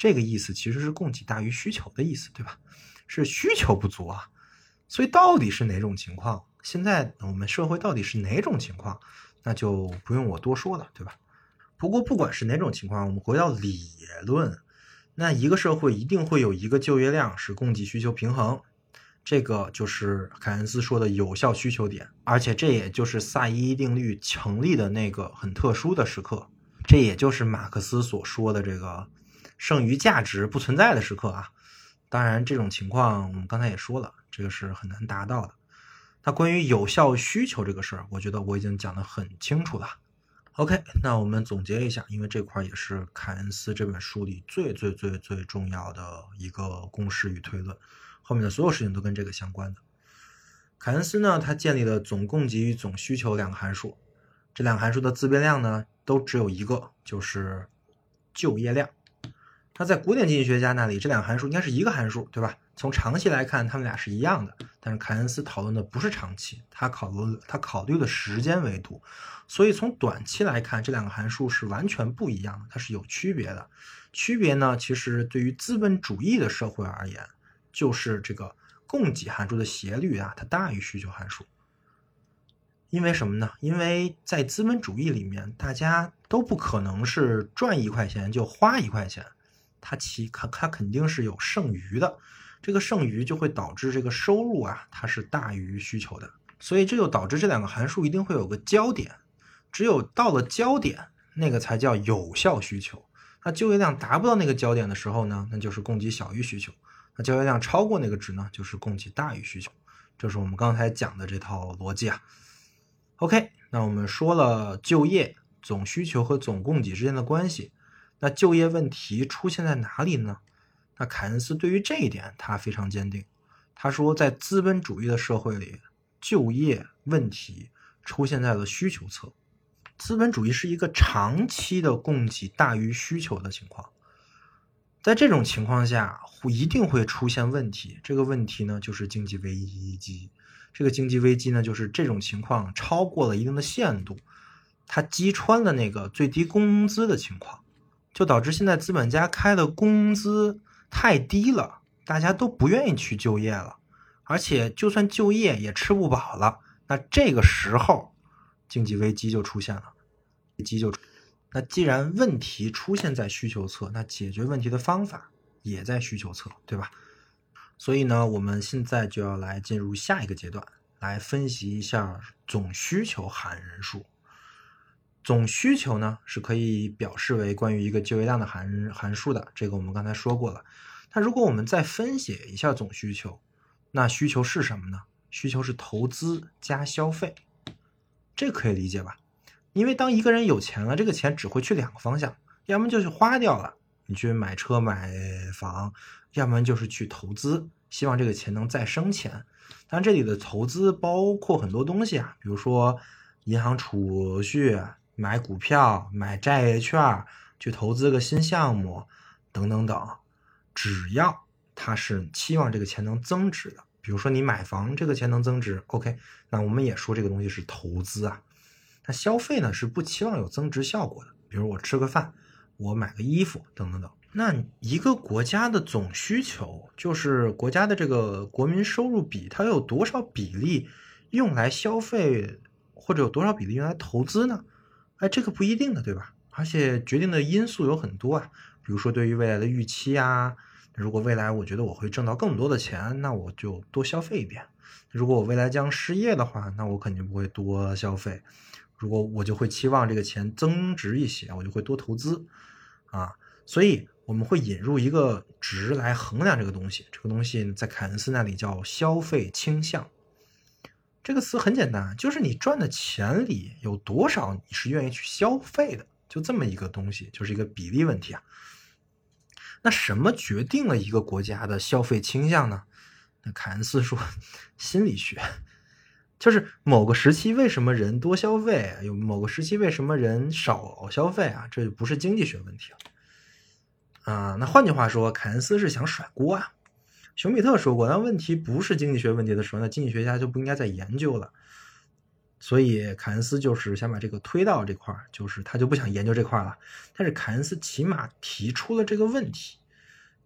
这个意思其实是供给大于需求的意思，对吧？是需求不足啊。所以到底是哪种情况？现在我们社会到底是哪种情况？那就不用我多说了，对吧？不过不管是哪种情况，我们回到理论，那一个社会一定会有一个就业量是供给需求平衡，这个就是凯恩斯说的有效需求点，而且这也就是萨伊定律成立的那个很特殊的时刻，这也就是马克思所说的这个剩余价值不存在的时刻啊。当然这种情况我们刚才也说了，这个是很难达到的。那关于有效需求这个事儿，我觉得我已经讲得很清楚了。OK， 那我们总结一下，因为这块也是凯恩斯这本书里最最最最重要的一个公式与推论，后面的所有事情都跟这个相关的。凯恩斯呢，他建立了总供给与总需求两个函数，这两个函数的自变量呢都只有一个，就是就业量。那在古典经济学家那里，这两个函数应该是一个函数，对吧？从长期来看，他们俩是一样的。但是凯恩斯讨论的不是长期，他考虑他考虑了时间维度，所以从短期来看，这两个函数是完全不一样的，它是有区别的。区别呢，其实对于资本主义的社会而言，就是这个供给函数的斜率啊，它大于需求函数。因为什么呢？因为在资本主义里面，大家都不可能是赚一块钱就花一块钱。它其它肯定是有剩余的，这个剩余就会导致这个收入啊，它是大于需求的，所以这就导致这两个函数一定会有个交点，只有到了交点，那个才叫有效需求。那就业量达不到那个交点的时候呢，那就是供给小于需求；那就业量超过那个值呢，就是供给大于需求。这是我们刚才讲的这套逻辑啊。OK， 那我们说了就业、总需求和总供给之间的关系。那就业问题出现在哪里呢？那凯恩斯对于这一点他非常坚定，他说在资本主义的社会里，就业问题出现在了需求侧。资本主义是一个长期的供给大于需求的情况，在这种情况下一定会出现问题，这个问题呢就是经济危机。这个经济危机呢就是这种情况超过了一定的限度，它击穿了那个最低工资的情况，就导致现在资本家开的工资太低了，大家都不愿意去就业了，而且就算就业也吃不饱了。那这个时候经济危机就出现了，危机就那既然问题出现在需求侧，那解决问题的方法也在需求侧，对吧？所以呢，我们现在就要来进入下一个阶段，来分析一下总需求函数。总需求呢是可以表示为关于一个就业量的函函数的，这个我们刚才说过了。那如果我们再分解一下总需求，那需求是什么呢？需求是投资加消费，这可以理解吧？因为当一个人有钱了，这个钱只会去两个方向，要么就是花掉了，你去买车买房，要么就是去投资，希望这个钱能再生钱。当然这里的投资包括很多东西啊，比如说银行储蓄、买股票、买债券，去投资个新项目等等等，只要它是期望这个钱能增值的，比如说你买房这个钱能增值 OK， 那我们也说这个东西是投资啊。那消费呢是不期望有增值效果的，比如我吃个饭，我买个衣服等等等。那一个国家的总需求就是国家的这个国民收入比，它有多少比例用来消费，或者有多少比例用来投资呢？哎，这个不一定的，对吧？而且决定的因素有很多啊，比如说对于未来的预期啊，如果未来我觉得我会挣到更多的钱，那我就多消费一点。如果我未来将失业的话，那我肯定不会多消费。如果我就会期望这个钱增值一些，我就会多投资啊。所以我们会引入一个值来衡量这个东西，这个东西在凯恩斯那里叫消费倾向。这个词很简单，就是你赚的钱里有多少你是愿意去消费的，就这么一个东西，就是一个比例问题啊。那什么决定了一个国家的消费倾向呢？那凯恩斯说心理学，就是某个时期为什么人多消费，有某个时期为什么人少消费啊，这就不是经济学问题了啊。那换句话说，凯恩斯是想甩锅啊。熊彼特说过，当问题不是经济学问题的时候，那经济学家就不应该再研究了。所以凯恩斯就是想把这个推到这块，就是他就不想研究这块了。但是凯恩斯起码提出了这个问题，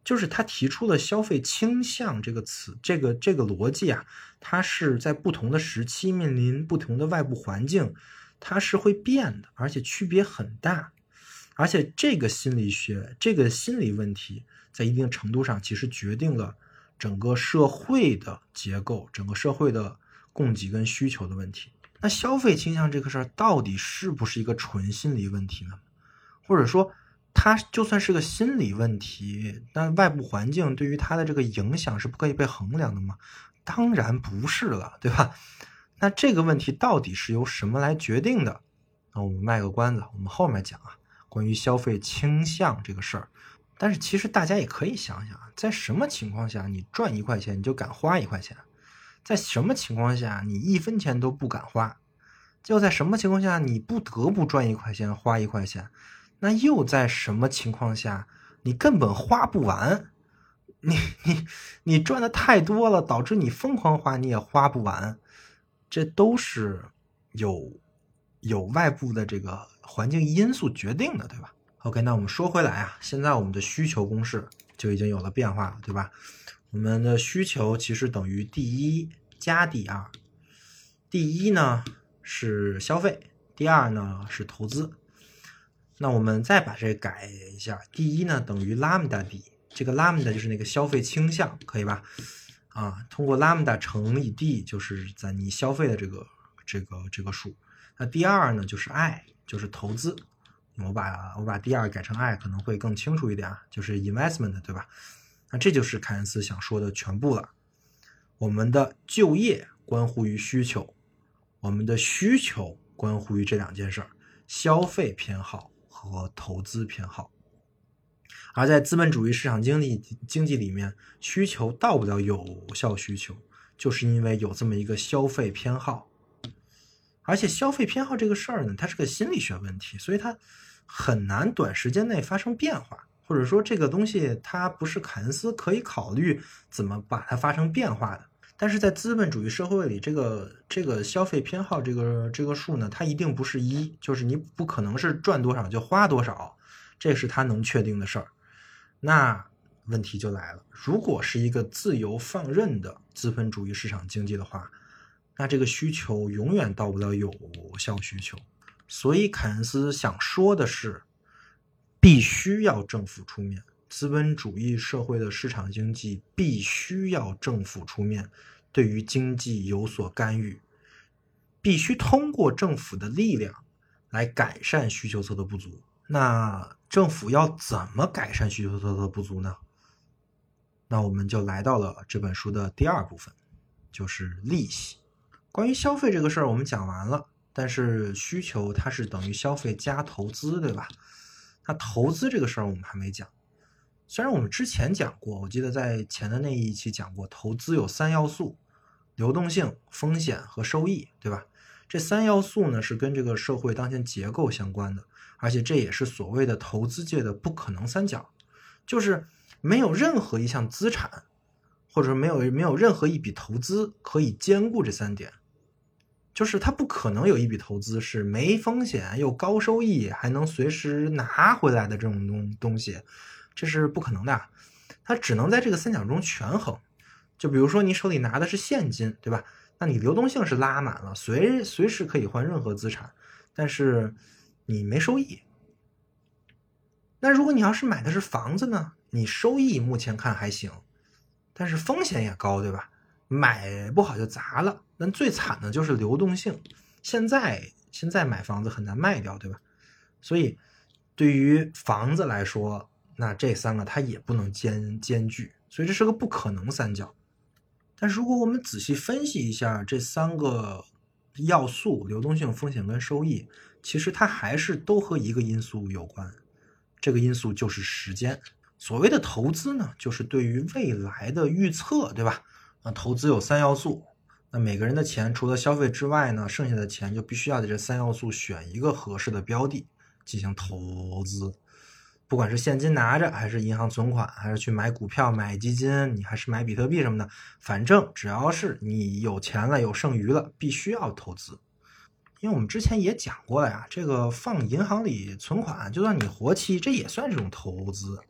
就是他提出了消费倾向这个词，这个这个逻辑啊，它是在不同的时期面临不同的外部环境，它是会变的，而且区别很大。而且这个心理学，这个心理问题，在一定程度上其实决定了整个社会的结构，整个社会的供给跟需求的问题。那消费倾向这个事儿到底是不是一个纯心理问题呢？或者说它就算是个心理问题，那外部环境对于它的这个影响是不可以被衡量的吗？当然不是了，对吧？那这个问题到底是由什么来决定的？那我们卖个关子，我们后面讲啊，关于消费倾向这个事儿。但是其实大家也可以想想，在什么情况下你赚一块钱你就敢花一块钱？在什么情况下你一分钱都不敢花？就在什么情况下你不得不赚一块钱花一块钱？那又在什么情况下你根本花不完？你你你赚的太多了，导致你疯狂花你也花不完，这都是有有外部的这个环境因素决定的，对吧？ OK， 那我们说回来啊，现在我们的需求公式就已经有了变化了，对吧？我们的需求其实等于第一加第二，第一呢是消费，第二呢是投资。那我们再把这个改一下，第一呢等于 lambda d， 这个 lambda 就是那个消费倾向，可以吧？啊，通过 lambda 乘以 d 就是在你消费的这个这个这个数。那第二呢就是 i， 就是投资。我把我把第二改成 i 可能会更清楚一点啊，就是 investment， 对吧？那这就是凯恩斯想说的全部了。我们的就业关乎于需求，我们的需求关乎于这两件事儿，消费偏好和投资偏好。而在资本主义市场经济经济里面，需求到不了有效需求，就是因为有这么一个消费偏好。而且消费偏好这个事儿呢，它是个心理学问题，所以它很难短时间内发生变化，或者说这个东西它不是凯恩斯可以考虑怎么把它发生变化的。但是在资本主义社会里，这个这个消费偏好这个这个数呢，它一定不是一，就是你不可能是赚多少就花多少，这是它能确定的事儿。那问题就来了，如果是一个自由放任的资本主义市场经济的话，那这个需求永远到不了有效需求。所以凯恩斯想说的是，必须要政府出面，资本主义社会的市场经济必须要政府出面，对于经济有所干预，必须通过政府的力量来改善需求侧的不足。那政府要怎么改善需求侧的不足呢？那我们就来到了这本书的第二部分，就是利息。关于消费这个事儿我们讲完了，但是需求它是等于消费加投资，对吧？那投资这个事儿我们还没讲。虽然我们之前讲过，我记得在前的那一期讲过，投资有三要素：流动性、风险和收益，对吧？这三要素呢是跟这个社会当前结构相关的，而且这也是所谓的投资界的不可能三角，就是没有任何一项资产，或者没有没有任何一笔投资可以兼顾这三点。就是它不可能有一笔投资是没风险又高收益还能随时拿回来的这种东东西，这是不可能的。它只能在这个三角中权衡。就比如说你手里拿的是现金，对吧？那你流动性是拉满了，随随时可以换任何资产，但是你没收益。那如果你要是买的是房子呢，你收益目前看还行，但是风险也高，对吧？买不好就砸了。那最惨的就是流动性，现在现在买房子很难卖掉，对吧？所以对于房子来说，那这三个它也不能兼兼具，所以这是个不可能三角。但是如果我们仔细分析一下这三个要素，流动性、风险跟收益，其实它还是都和一个因素有关，这个因素就是时间。所谓的投资呢，就是对于未来的预测，对吧？啊，投资有三要素，那每个人的钱除了消费之外呢，剩下的钱就必须要在这三要素选一个合适的标的进行投资。不管是现金拿着，还是银行存款，还是去买股票、买基金，你还是买比特币什么的，反正只要是你有钱了、有剩余了，必须要投资。因为我们之前也讲过了呀，这个放银行里存款，就算你活期，这也算是种投资。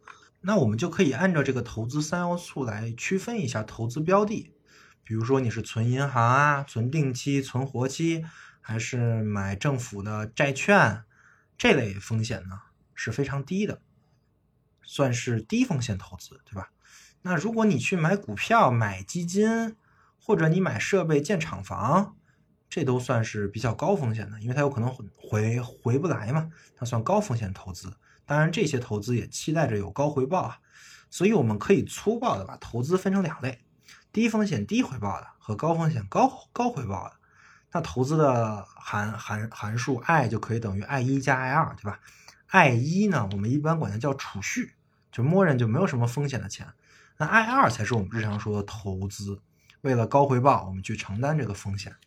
那我们就可以按照这个投资三要素来区分一下投资标的，比如说你是存银行啊、存定期、存活期，还是买政府的债券，这类风险呢是非常低的，算是低风险投资，对吧？那如果你去买股票、买基金，或者你买设备建厂房，这都算是比较高风险的，因为它有可能回回不来嘛，它算高风险投资。当然这些投资也期待着有高回报啊，所以我们可以粗暴的把投资分成两类，低风险低回报的和高风险高高回报的。那投资的函函函数 I 就可以等于 I 一 加 I 二， 对吧？ I 一 呢我们一般管它叫储蓄，就默认就没有什么风险的钱。那 I 二 才是我们日常说的投资，为了高回报我们去承担这个风险。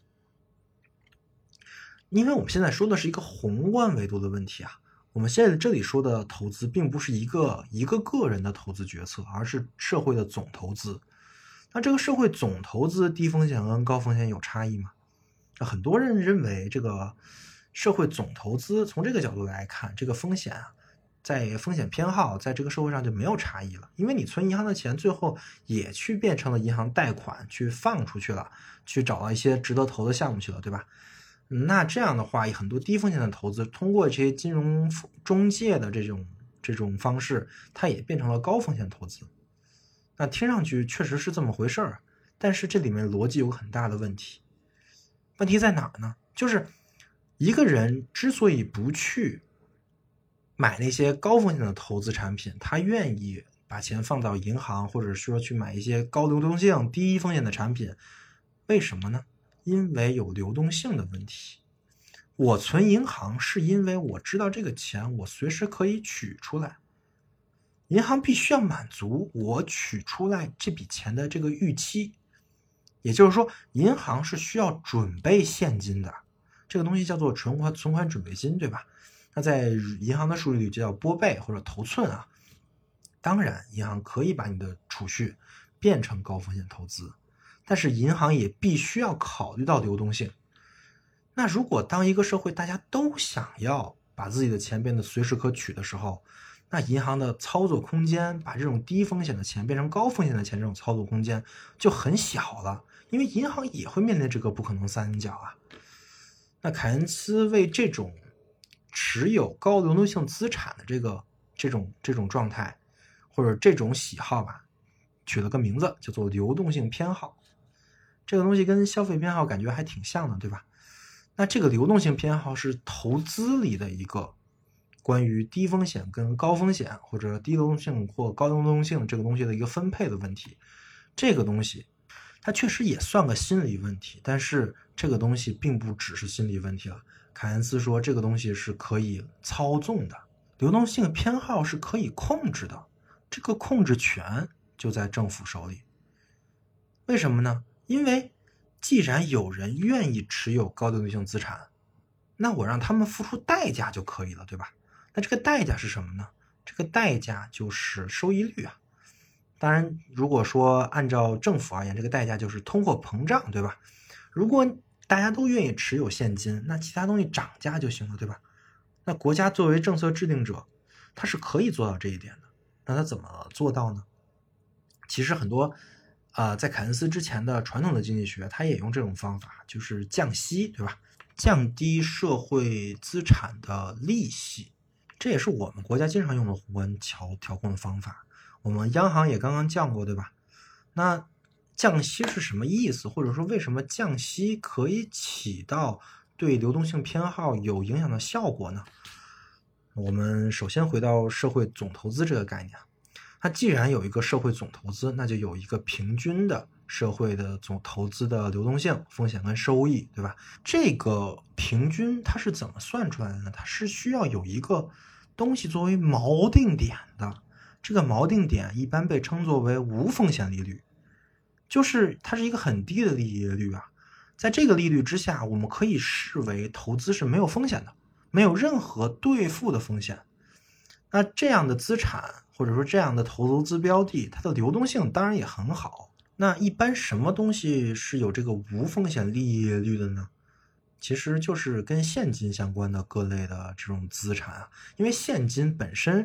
因为我们现在说的是一个宏观维度的问题啊，我们现在这里说的投资并不是一个一个个人的投资决策，而是社会的总投资。那这个社会总投资低风险跟高风险有差异吗？很多人认为这个社会总投资从这个角度来看，这个风险啊，在风险偏好在这个社会上就没有差异了，因为你存银行的钱最后也去变成了银行贷款去放出去了，去找到一些值得投的项目去了，对吧？那这样的话，很多低风险的投资通过这些金融中介的这种这种方式，它也变成了高风险投资。那听上去确实是这么回事儿，但是这里面逻辑有很大的问题。问题在哪儿呢？就是一个人之所以不去买那些高风险的投资产品，他愿意把钱放到银行，或者说去买一些高流动性、低风险的产品，为什么呢？因为有流动性的问题。我存银行是因为我知道这个钱我随时可以取出来，银行必须要满足我取出来这笔钱的这个预期，也就是说银行是需要准备现金的，这个东西叫做存款存款准备金，对吧？那在银行的术语里就叫拨备或者头寸啊。当然银行可以把你的储蓄变成高风险投资，但是银行也必须要考虑到流动性。那如果当一个社会大家都想要把自己的钱变得随时可取的时候，那银行的操作空间，把这种低风险的钱变成高风险的钱，这种操作空间就很小了，因为银行也会面临这个不可能三角啊。那凯恩斯为这种持有高流动性资产的这个这种这种状态或者这种喜好吧，取了个名字叫做流动性偏好。这个东西跟消费偏好感觉还挺像的，对吧？那这个流动性偏好是投资里的一个关于低风险跟高风险，或者低流动性或高流动性这个东西的一个分配的问题。这个东西它确实也算个心理问题，但是这个东西并不只是心理问题了。凯恩斯说这个东西是可以操纵的，流动性偏好是可以控制的，这个控制权就在政府手里。为什么呢？因为既然有人愿意持有高流动性资产，那我让他们付出代价就可以了，对吧？那这个代价是什么呢？这个代价就是收益率啊。当然如果说按照政府而言，这个代价就是通货膨胀，对吧？如果大家都愿意持有现金，那其他东西涨价就行了，对吧？那国家作为政策制定者，它是可以做到这一点的。那它怎么做到呢？其实很多呃，在凯恩斯之前的传统的经济学，它也用这种方法，就是降息，对吧？降低社会资产的利息，这也是我们国家经常用的宏观调调控的方法。我们央行也刚刚降过，对吧？那降息是什么意思？或者说为什么降息可以起到对流动性偏好有影响的效果呢？我们首先回到社会总投资这个概念。它既然有一个社会总投资，那就有一个平均的社会的总投资的流动性、风险跟收益，对吧？这个平均它是怎么算出来的呢？它是需要有一个东西作为锚定点的，这个锚定点一般被称作为无风险利率，就是它是一个很低的利率啊。在这个利率之下，我们可以视为投资是没有风险的，没有任何兑付的风险。那这样的资产或者说这样的投资标的，它的流动性当然也很好。那一般什么东西是有这个无风险利率的呢？其实就是跟现金相关的各类的这种资产啊，因为现金本身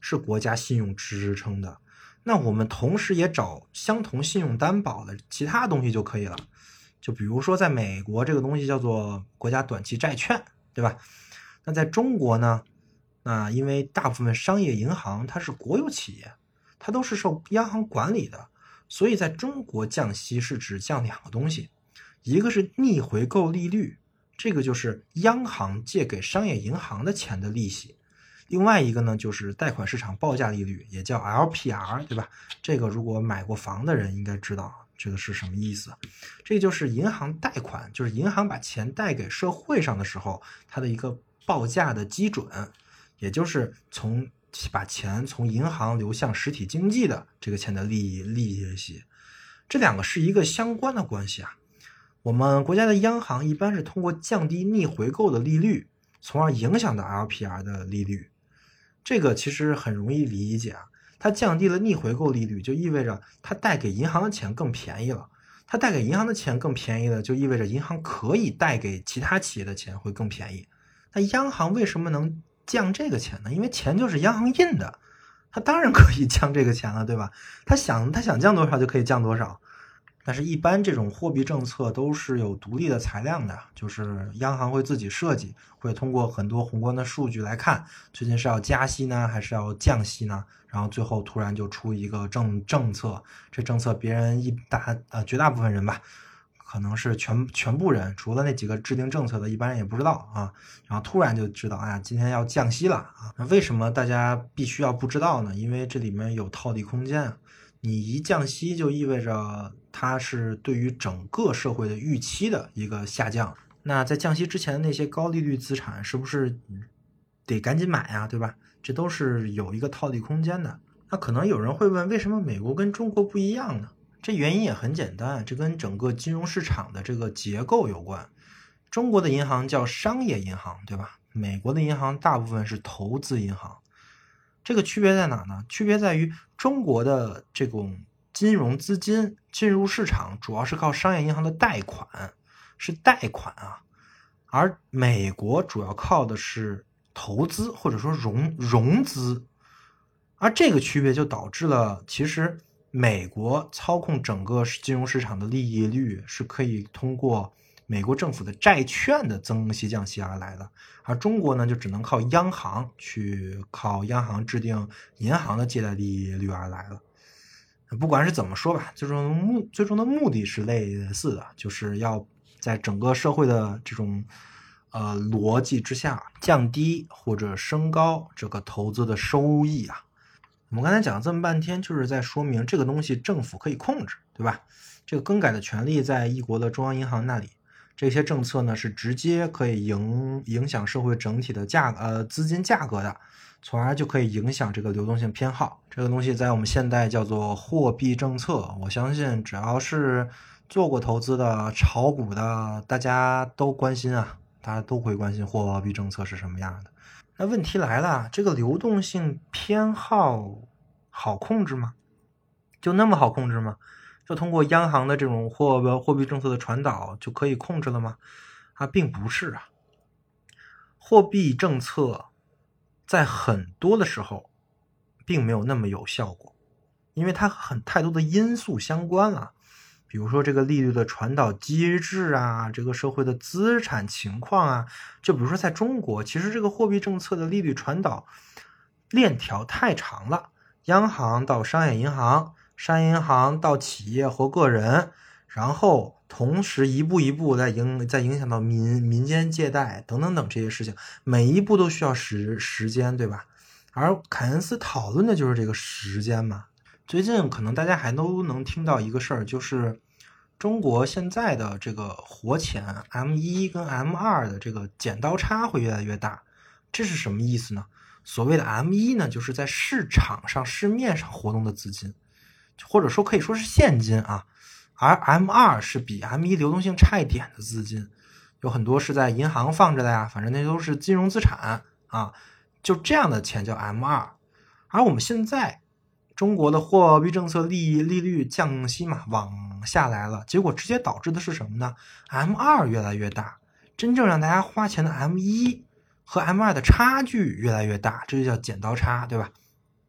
是国家信用支撑的，那我们同时也找相同信用担保的其他东西就可以了。就比如说在美国这个东西叫做国家短期债券，对吧？那在中国呢，那因为大部分商业银行它是国有企业，它都是受央行管理的，所以在中国降息是只降两个东西，一个是逆回购利率，这个就是央行借给商业银行的钱的利息，另外一个呢就是贷款市场报价利率，也叫 L P R， 对吧？这个如果买过房的人应该知道这个是什么意思。这就是银行贷款，就是银行把钱贷给社会上的时候它的一个报价的基准，也就是从把钱从银行流向实体经济的这个钱的利益利息。这两个是一个相关的关系啊。我们国家的央行一般是通过降低逆回购的利率，从而影响到 L P R 的利率。这个其实很容易理解啊，它降低了逆回购利率，就意味着它贷给银行的钱更便宜了。它贷给银行的钱更便宜了，就意味着银行可以贷给其他企业的钱会更便宜。那央行为什么能降这个钱呢？因为钱就是央行印的，它当然可以降这个钱了，对吧？它想它想降多少就可以降多少。但是一般这种货币政策都是有独立的裁量的，就是央行会自己设计，会通过很多宏观的数据来看，最近是要加息呢还是要降息呢，然后最后突然就出一个政政策，这政策别人一大呃绝大部分人吧，可能是全全部人，除了那几个制定政策的一般人也不知道啊，然后突然就知道，哎呀，今天要降息了啊。那为什么大家必须要不知道呢？因为这里面有套利空间啊。你一降息就意味着它是对于整个社会的预期的一个下降。那在降息之前的那些高利率资产是不是得赶紧买啊，对吧？这都是有一个套利空间的。那可能有人会问，为什么美国跟中国不一样呢？这原因也很简单，这跟整个金融市场的这个结构有关。中国的银行叫商业银行，对吧？美国的银行大部分是投资银行。这个区别在哪呢？区别在于中国的这种金融资金进入市场主要是靠商业银行的贷款，是贷款啊，而美国主要靠的是投资或者说融融资。而这个区别就导致了，其实美国操控整个金融市场的利率是可以通过美国政府的债券的增息降息而来的，而中国呢就只能靠央行去靠央行制定银行的借贷利率而来了。不管是怎么说吧，最终的目最终的目的是类似的，就是要在整个社会的这种呃逻辑之下降低或者升高这个投资的收益啊。我们刚才讲了这么半天，就是在说明这个东西政府可以控制，对吧？这个更改的权利在一国的中央银行那里。这些政策呢是直接可以影影响社会整体的价呃资金价格的，从而就可以影响这个流动性偏好。这个东西在我们现代叫做货币政策。我相信只要是做过投资的、炒股的，大家都关心啊，大家都会关心货币政策是什么样的。那问题来了，这个流动性偏好好控制吗？就那么好控制吗？就通过央行的这种货货币政策的传导就可以控制了吗？啊，并不是啊。货币政策在很多的时候并没有那么有效果，因为它很太多的因素相关了。比如说这个利率的传导机制啊，这个社会的资产情况啊，就比如说在中国，其实这个货币政策的利率传导链条太长了，央行到商业银行，商业银行到企业或个人，然后同时一步一步再影再影响到民民间借贷等等等这些事情，每一步都需要时时间，对吧？而凯恩斯讨论的就是这个时间嘛。最近可能大家还都能听到一个事儿，就是中国现在的这个活钱 M 一 跟 M 二 的这个剪刀差会越来越大。这是什么意思呢？所谓的 M 一 呢，就是在市场上市面上活动的资金，或者说可以说是现金啊，而 M 二 是比 M 一 流动性差一点的资金，有很多是在银行放着的呀，反正那都是金融资产啊，就这样的钱叫 M 二。而我们现在中国的货币政策利利率降息嘛，往下来了，结果直接导致的是什么呢？ M 二 越来越大，真正让大家花钱的 M 一 和 M 二 的差距越来越大，这就叫剪刀差，对吧？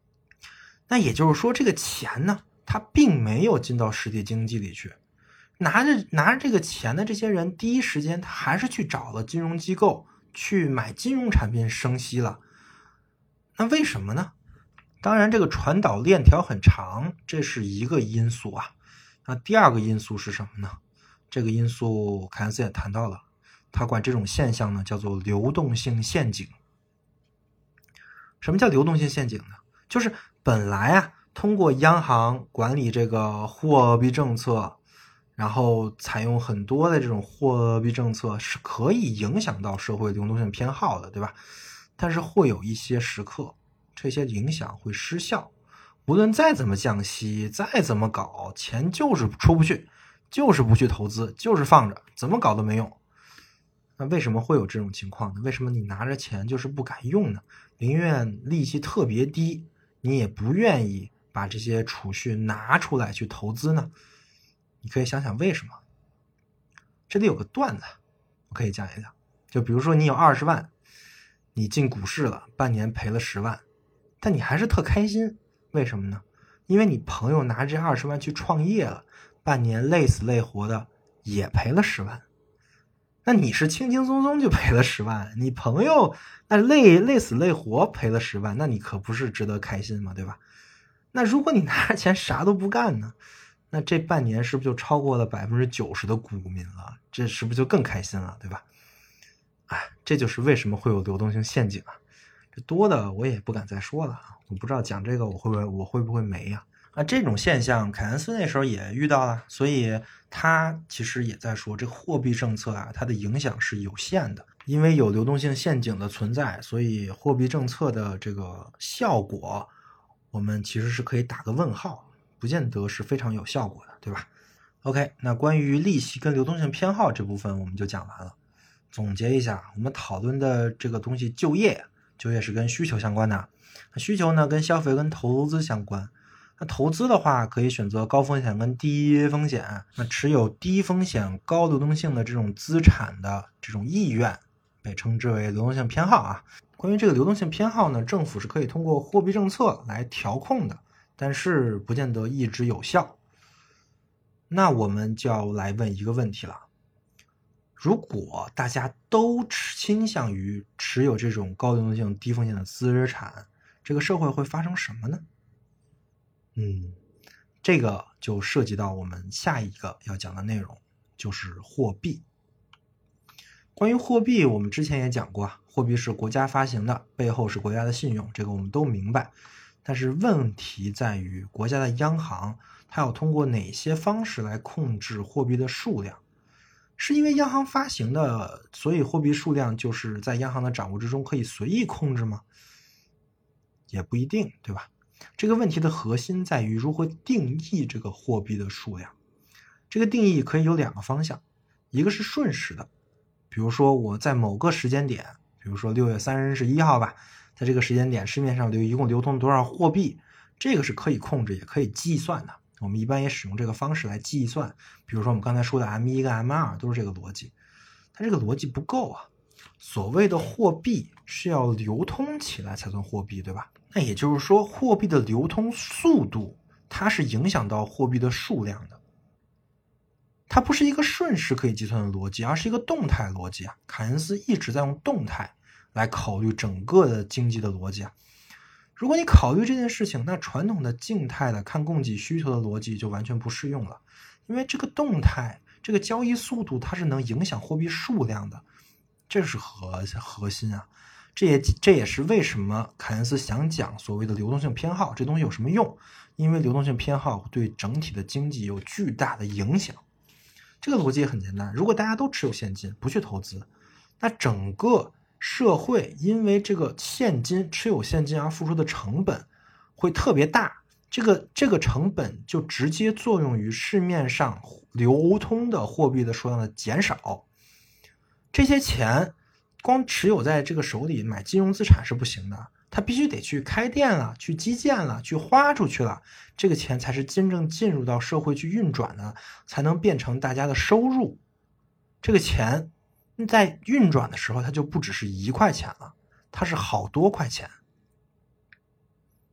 那也就是说，这个钱呢，它并没有进到实体经济里去，拿着拿着这个钱的这些人，第一时间他还是去找了金融机构去买金融产品生息了。那为什么呢？当然这个传导链条很长，这是一个因素啊。那第二个因素是什么呢？这个因素凯恩斯也谈到了，他管这种现象呢叫做流动性陷阱。什么叫流动性陷阱呢？就是本来啊，通过央行管理这个货币政策，然后采用很多的这种货币政策是可以影响到社会流动性偏好的，对吧？但是会有一些时刻，这些影响会失效。无论再怎么降息，再怎么搞，钱就是出不去，就是不去投资，就是放着，怎么搞都没用。那为什么会有这种情况呢？为什么你拿着钱就是不敢用呢？宁愿利息特别低，你也不愿意把这些储蓄拿出来去投资呢？你可以想想为什么。这里有个段子，我可以讲一讲。就比如说你有二十万，你进股市了，半年赔了十万，但你还是特开心。为什么呢？因为你朋友拿这二十万去创业了，半年累死累活的也赔了十万。那你是轻轻松松就赔了十万，你朋友那累累死累活赔了十万，那你可不是值得开心嘛，对吧？那如果你拿着钱啥都不干呢，那这半年是不是就超过了 百分之九十 的股民了？这是不是就更开心了，对吧？哎，这就是为什么会有流动性陷阱啊。这多的我也不敢再说了，我不知道讲这个我会不会我会不会没呀？啊，这种现象凯恩斯那时候也遇到了，所以他其实也在说，这个货币政策啊，它的影响是有限的，因为有流动性陷阱的存在，所以货币政策的这个效果，我们其实是可以打个问号，不见得是非常有效果的，对吧 ？OK， 那关于利息跟流动性偏好这部分我们就讲完了。总结一下，我们讨论的这个东西，就业，就业是跟需求相关的，那需求呢跟消费跟投资相关。那投资的话，可以选择高风险跟低风险。那持有低风险高流动性的这种资产的这种意愿，被称之为流动性偏好啊。关于这个流动性偏好呢，政府是可以通过货币政策来调控的，但是不见得一直有效。那我们就要来问一个问题了。如果大家都倾向于持有这种高流动性低风险的资产，这个社会会发生什么呢？嗯，这个就涉及到我们下一个要讲的内容，就是货币。关于货币，我们之前也讲过，货币是国家发行的，背后是国家的信用，这个我们都明白。但是问题在于，国家的央行它要通过哪些方式来控制货币的数量？是因为央行发行的，所以货币数量就是在央行的掌握之中可以随意控制吗？也不一定，对吧？这个问题的核心在于如何定义这个货币的数量。这个定义可以有两个方向，一个是瞬时的，比如说我在某个时间点，比如说六月三十一号吧，在这个时间点市面上流一共流通多少货币，这个是可以控制也可以计算的。我们一般也使用这个方式来计算，比如说我们刚才说的 M 一 跟 M 二 都是这个逻辑。但这个逻辑不够啊，所谓的货币是要流通起来才算货币，对吧？那也就是说，货币的流通速度它是影响到货币的数量的，它不是一个瞬时可以计算的逻辑，而是一个动态逻辑啊。凯恩斯一直在用动态来考虑整个的经济的逻辑啊。如果你考虑这件事情，那传统的静态的看供给需求的逻辑就完全不适用了，因为这个动态这个交易速度它是能影响货币数量的，这是核核心啊。这也这也是为什么凯恩斯想讲所谓的流动性偏好，这东西有什么用？因为流动性偏好对整体的经济有巨大的影响。这个逻辑也很简单，如果大家都持有现金不去投资，那整个社会因为这个现金持有现金而付出的成本会特别大，这个这个成本就直接作用于市面上流通的货币的数量的减少。这些钱光持有在这个手里买金融资产是不行的，它必须得去开店了，去基建了，去花出去了，这个钱才是真正进入到社会去运转的，才能变成大家的收入。这个钱在运转的时候，它就不只是一块钱了，它是好多块钱。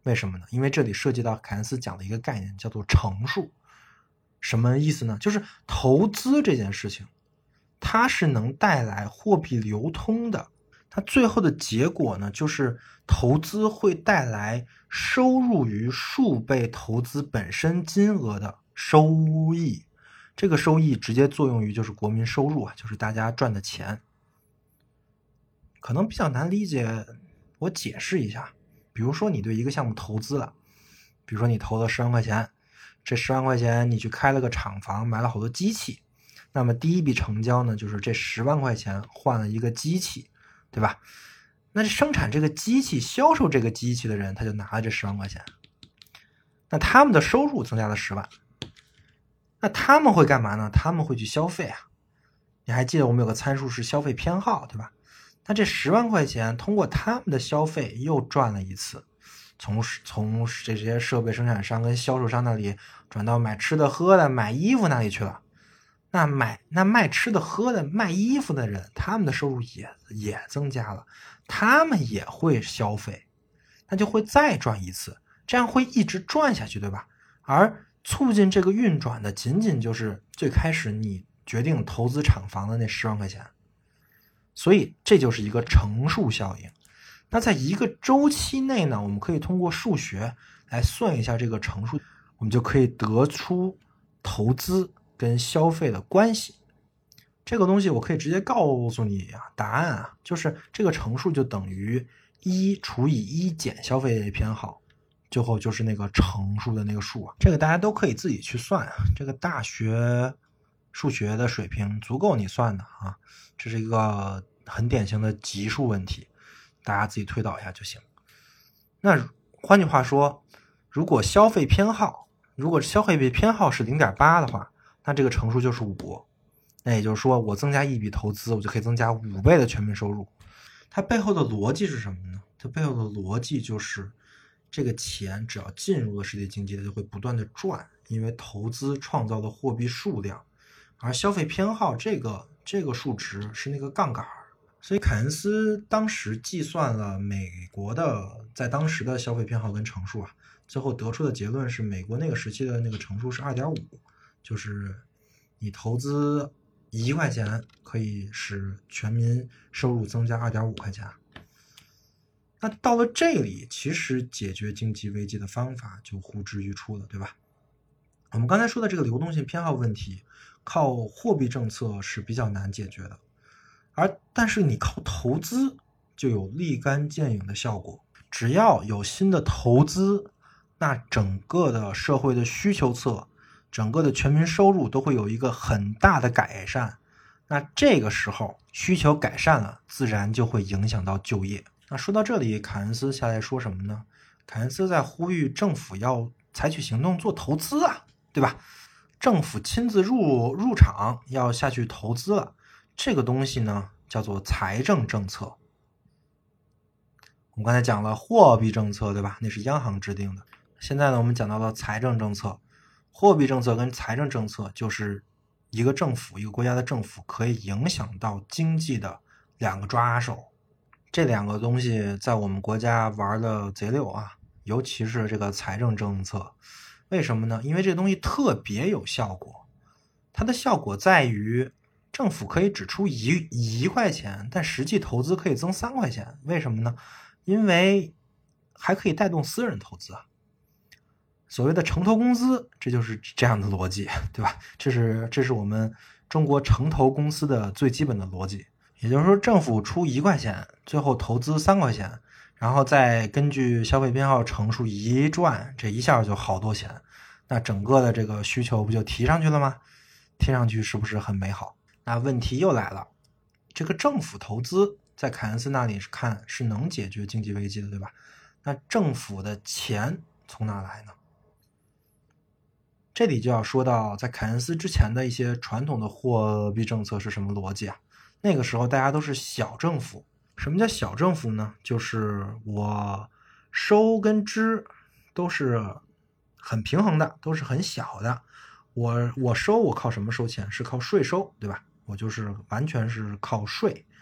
为什么呢？因为这里涉及到凯恩斯讲的一个概念，叫做乘数。什么意思呢？就是投资这件事情，它是能带来货币流通的，它最后的结果呢，就是投资会带来收入于数倍投资本身金额的收益。这个收益直接作用于就是国民收入啊，就是大家赚的钱。可能比较难理解，我解释一下。比如说你对一个项目投资了，比如说你投了十万块钱，这十万块钱你去开了个厂房，买了好多机器，那么第一笔成交呢，就是这十万块钱换了一个机器，对吧？那生产这个机器、销售这个机器的人，他就拿了这十万块钱，那他们的收入增加了十万，那他们会干嘛呢？他们会去消费啊。你还记得我们有个参数是消费偏好，对吧？那这十万块钱通过他们的消费又赚了一次，从从这些设备生产商跟销售商那里转到买吃的喝的买衣服那里去了。那买那卖吃的喝的卖衣服的人，他们的收入也也增加了，他们也会消费，那就会再赚一次，这样会一直赚下去，对吧？而促进这个运转的仅仅就是最开始你决定投资厂房的那十万块钱。所以这就是一个乘数效应。那在一个周期内呢，我们可以通过数学来算一下这个乘数，我们就可以得出投资跟消费的关系。这个东西我可以直接告诉你啊，答案啊，就是这个乘数就等于一除以一减消费偏好，最后就是那个乘数的那个数啊。这个大家都可以自己去算啊，这个大学数学的水平足够你算的啊，这是一个很典型的级数问题，大家自己推导一下就行。那换句话说，如果消费偏好，如果消费偏好是 零点八 的话，那这个乘数就是五。那也就是说，我增加一笔投资，我就可以增加五倍的全民收入。它背后的逻辑是什么呢？它背后的逻辑就是这个钱只要进入了实体经济，它就会不断的赚，因为投资创造的货币数量，而消费偏好这个这个数值是那个杠杆。所以凯恩斯当时计算了美国的在当时的消费偏好跟乘数啊，最后得出的结论是美国那个时期的那个乘数是 二点五， 就是你投资一块钱可以使全民收入增加 二点五 块钱。那到了这里，其实解决经济危机的方法就呼之欲出了，对吧？我们刚才说的这个流动性偏好问题，靠货币政策是比较难解决的，而但是你靠投资就有立竿见影的效果。只要有新的投资，那整个的社会的需求侧，整个的全民收入都会有一个很大的改善。那这个时候需求改善了，自然就会影响到就业。那说到这里，凯恩斯下来说什么呢？凯恩斯在呼吁政府要采取行动做投资啊，对吧？政府亲自入入场要下去投资了，这个东西呢叫做财政政策。我们刚才讲了货币政策，对吧？那是央行制定的。现在呢，我们讲到了财政政策。货币政策跟财政政策就是一个政府，一个国家的政府可以影响到经济的两个抓手。这两个东西在我们国家玩的贼溜啊，尤其是这个财政政策。为什么呢？因为这东西特别有效果。它的效果在于政府可以只出一一块钱，但实际投资可以增三块钱。为什么呢？因为还可以带动私人投资啊。所谓的城投公司，这就是这样的逻辑，对吧？这是这是我们中国城投公司的最基本的逻辑。也就是说，政府出一块钱，最后投资三块钱，然后再根据消费偏好乘数一转，这一下就好多钱。那整个的这个需求不就提上去了吗？听上去是不是很美好？那问题又来了，这个政府投资在凯恩斯那里看是能解决经济危机的，对吧？那政府的钱从哪来呢？这里就要说到在凯恩斯之前的一些传统的货币政策是什么逻辑啊？那个时候大家都是小政府。什么叫小政府呢？就是我收跟支都是很平衡的，都是很小的。我我收我靠什么收钱？是靠税收，对吧？我就是完全是靠税。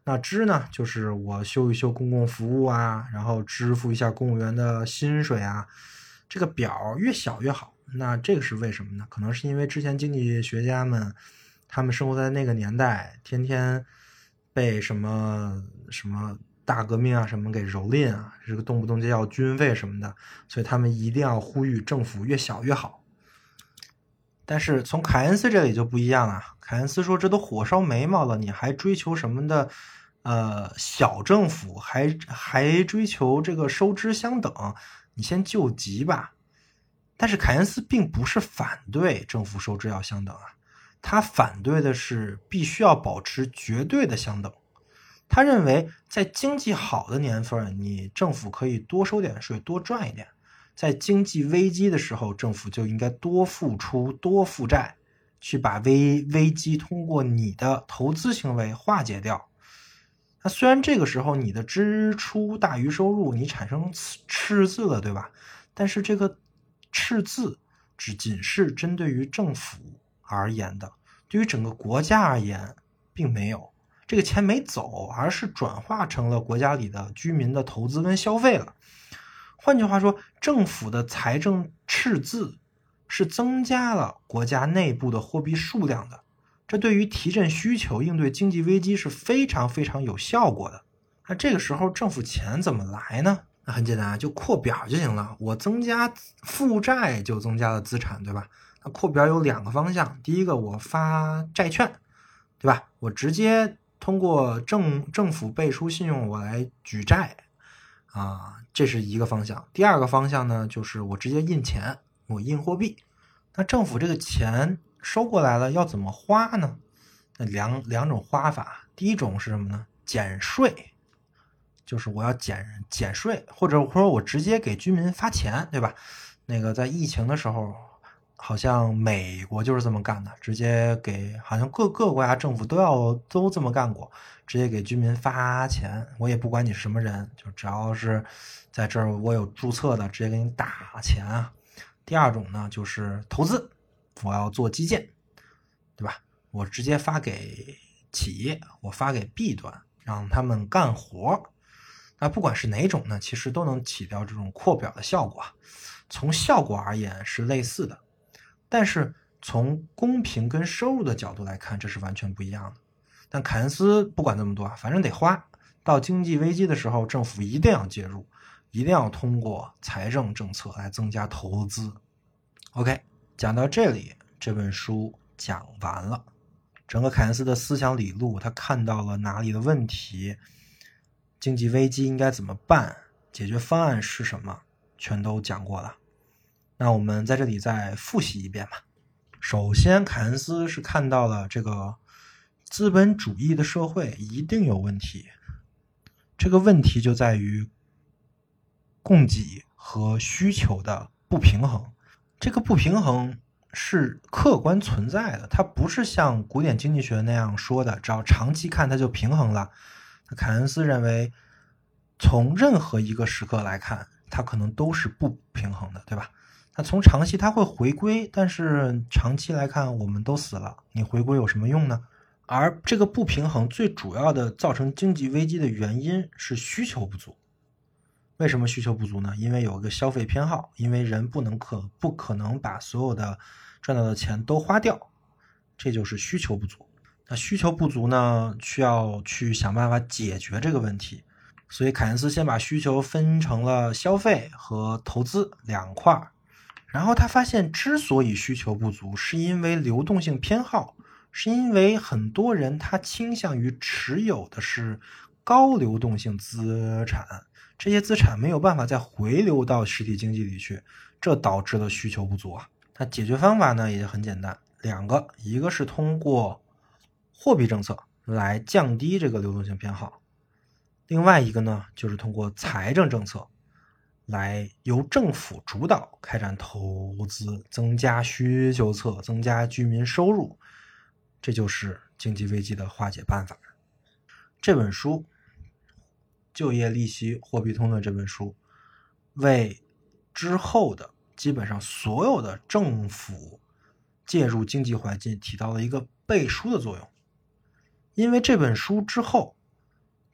那支呢，就是我修一修公共服务啊，然后支付一下公务员的薪水啊，这个表越小越好。那这个是为什么呢？可能是因为之前经济学家们他们生活在那个年代，天天被什么什么大革命啊什么给蹂躏啊，这个动不动就要军费什么的，所以他们一定要呼吁政府越小越好。但是从凯恩斯这里就不一样了，凯恩斯说这都火烧眉毛了，你还追求什么的呃小政府，还还追求这个收支相等，你先救急吧。但是凯恩斯并不是反对政府收支要相等啊，他反对的是必须要保持绝对的相等。他认为在经济好的年份，你政府可以多收点税，多赚一点。在经济危机的时候，政府就应该多付出多负债，去把危危机通过你的投资行为化解掉。那虽然这个时候你的支出大于收入，你产生赤字了，对吧？但是这个赤字只仅是针对于政府而言的，对于整个国家而言并没有，这个钱没走，而是转化成了国家里的居民的投资跟消费了。换句话说，政府的财政赤字是增加了国家内部的货币数量的，这对于提振需求、应对经济危机是非常非常有效果的。那这个时候政府钱怎么来呢？那很简单，就扩表就行了。我增加负债就增加了资产，对吧？那扩表有两个方向，第一个我发债券，对吧？我直接通过政政府背书信用我来举债啊，这是一个方向。第二个方向呢，就是我直接印钱，我印货币。那政府这个钱收过来了，要怎么花呢？那两两种花法。第一种是什么呢？减税，就是我要减减税，或者说我直接给居民发钱，对吧？那个在疫情的时候，好像美国就是这么干的，直接给，好像各个国家政府都要都这么干过，直接给居民发钱，我也不管你是什么人，就只要是在这儿我有注册的，直接给你打钱啊。第二种呢，就是投资，我要做基建，对吧？我直接发给企业，我发给 B 端，让他们干活。那不管是哪种呢，其实都能起到这种扩表的效果，从效果而言是类似的。但是从公平跟收入的角度来看，这是完全不一样的。但凯恩斯不管这么多，反正得花。到经济危机的时候，政府一定要介入，一定要通过财政政策来增加投资。OK， 讲到这里，这本书讲完了。整个凯恩斯的思想理路，他看到了哪里的问题，经济危机应该怎么办，解决方案是什么，全都讲过了。那我们在这里再复习一遍吧。首先，凯恩斯是看到了这个资本主义的社会一定有问题，这个问题就在于供给和需求的不平衡。这个不平衡是客观存在的，它不是像古典经济学那样说的，只要长期看它就平衡了。凯恩斯认为，从任何一个时刻来看，它可能都是不平衡的，对吧？那从长期它会回归，但是长期来看我们都死了，你回归有什么用呢？而这个不平衡最主要的造成经济危机的原因是需求不足。为什么需求不足呢？因为有个消费偏好，因为人不能可不可能把所有的赚到的钱都花掉，这就是需求不足。那需求不足呢，需要去想办法解决这个问题。所以凯恩斯先把需求分成了消费和投资两块，然后他发现之所以需求不足，是因为流动性偏好，是因为很多人他倾向于持有的是高流动性资产，这些资产没有办法再回流到实体经济里去，这导致了需求不足啊。那解决方法呢也很简单，两个，一个是通过货币政策来降低这个流动性偏好，另外一个呢就是通过财政政策来由政府主导开展投资，增加需求侧，增加居民收入，这就是经济危机的化解办法。这本书就业利息货币通论这本书为之后的基本上所有的政府介入经济环境起到了一个背书的作用。因为这本书之后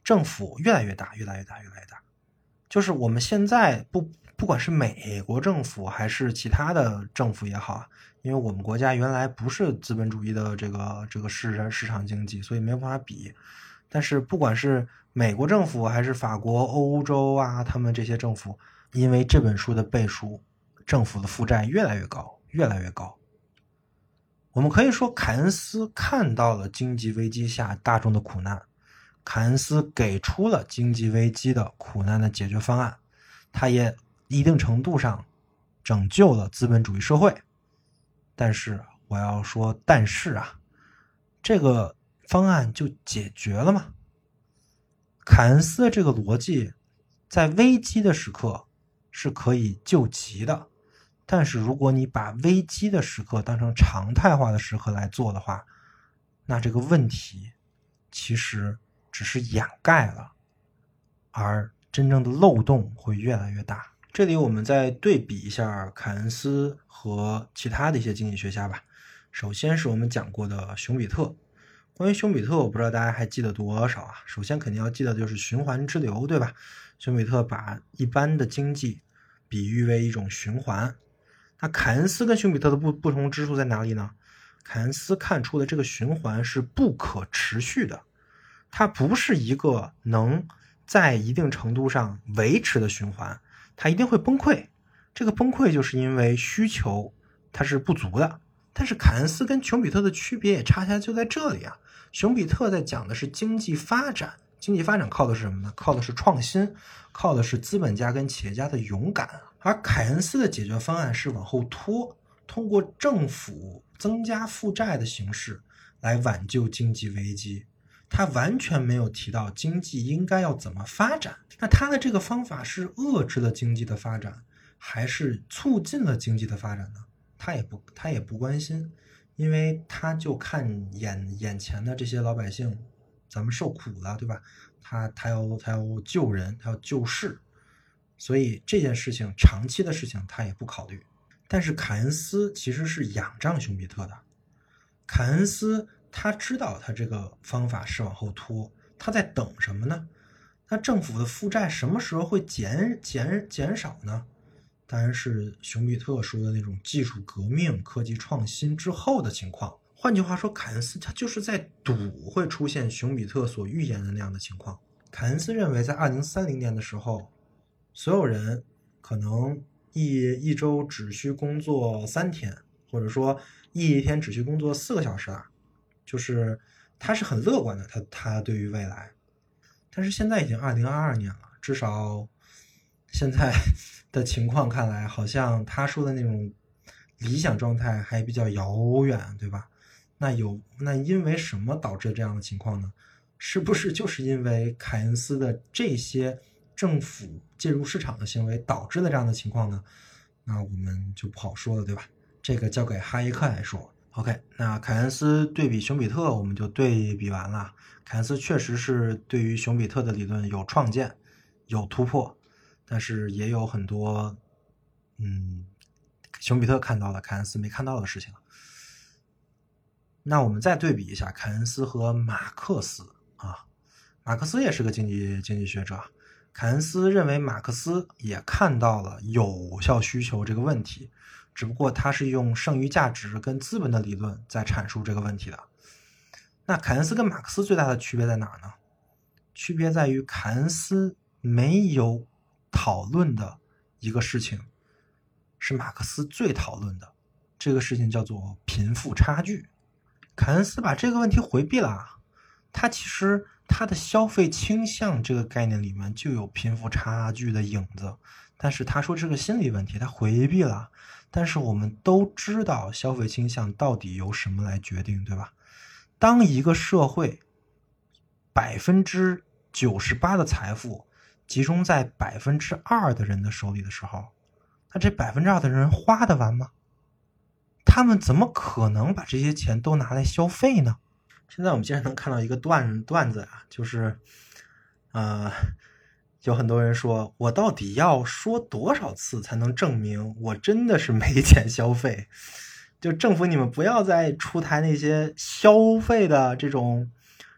政府越来越大，越来越大，越来越大。就是我们现在不不管是美国政府还是其他的政府也好，因为我们国家原来不是资本主义的这个这个市市场经济，所以没有办法比。但是不管是美国政府还是法国、欧洲啊，他们这些政府，因为这本书的背书，政府的负债越来越高，越来越高。我们可以说凯恩斯看到了经济危机下大众的苦难，凯恩斯给出了经济危机的苦难的解决方案，他也一定程度上拯救了资本主义社会。但是我要说但是啊，这个方案就解决了吗？凯恩斯的这个逻辑在危机的时刻是可以救急的，但是如果你把危机的时刻当成常态化的时刻来做的话，那这个问题其实只是掩盖了，而真正的漏洞会越来越大。这里我们再对比一下凯恩斯和其他的一些经济学家吧。首先是我们讲过的熊彼特。关于熊彼特，我不知道大家还记得多少啊？首先肯定要记得的就是循环之流，对吧？熊彼特把一般的经济比喻为一种循环。那凯恩斯跟熊彼特的不不同之处在哪里呢？凯恩斯看出的这个循环是不可持续的，它不是一个能在一定程度上维持的循环，它一定会崩溃。这个崩溃就是因为需求它是不足的。但是凯恩斯跟熊彼特的区别也差价就在这里啊。熊彼特在讲的是经济发展，经济发展靠的是什么呢？靠的是创新，靠的是资本家跟企业家的勇敢。而凯恩斯的解决方案是往后拖，通过政府增加负债的形式来挽救经济危机。他完全没有提到经济应该要怎么发展。那他的这个方法是遏制了经济的发展，还是促进了经济的发展呢？他也不他也不关心，因为他就看眼眼前的这些老百姓，咱们受苦了，对吧？他他要他要救人，他要救世，所以这件事情长期的事情他也不考虑。但是凯恩斯其实是仰仗熊彼特的，凯恩斯他知道他这个方法是往后拖，他在等什么呢？那政府的负债什么时候会减减减少呢？当然是熊彼特说的那种技术革命、科技创新之后的情况。换句话说，凯恩斯他就是在赌会出现熊彼特所预言的那样的情况。凯恩斯认为在二零三零年的时候，所有人可能一一周只需工作三天，或者说一天只需工作四个小时啊，就是他是很乐观的，他他对于未来。但是现在已经二零二二年了，至少现在的情况看来，好像他说的那种理想状态还比较遥远，对吧？那有那因为什么导致这样的情况呢？是不是就是因为凯恩斯的这些政府介入市场的行为导致的这样的情况呢？那我们就不好说了，对吧？这个交给哈耶克来说。OK， 那凯恩斯对比熊彼特我们就对比完了。凯恩斯确实是对于熊彼特的理论有创建，有突破，但是也有很多嗯，熊彼特看到了凯恩斯没看到的事情。那我们再对比一下凯恩斯和马克思啊，马克思也是个经济经济学者，凯恩斯认为马克思也看到了有效需求这个问题，只不过他是用剩余价值跟资本的理论在阐述这个问题的。那凯恩斯跟马克思最大的区别在哪儿呢？区别在于凯恩斯没有讨论的一个事情是马克思最讨论的，这个事情叫做贫富差距。凯恩斯把这个问题回避了，他其实他的消费倾向这个概念里面就有贫富差距的影子，但是他说这个心理问题他回避了。但是我们都知道消费倾向到底由什么来决定，对吧？当一个社会百分之九十八的财富集中在百分之二的人的手里的时候，那这百分之二的人花得完吗？他们怎么可能把这些钱都拿来消费呢？现在我们竟然能看到一个段段子啊，就是呃，有很多人说，我到底要说多少次才能证明我真的是没钱消费？就政府你们不要再出台那些消费的这种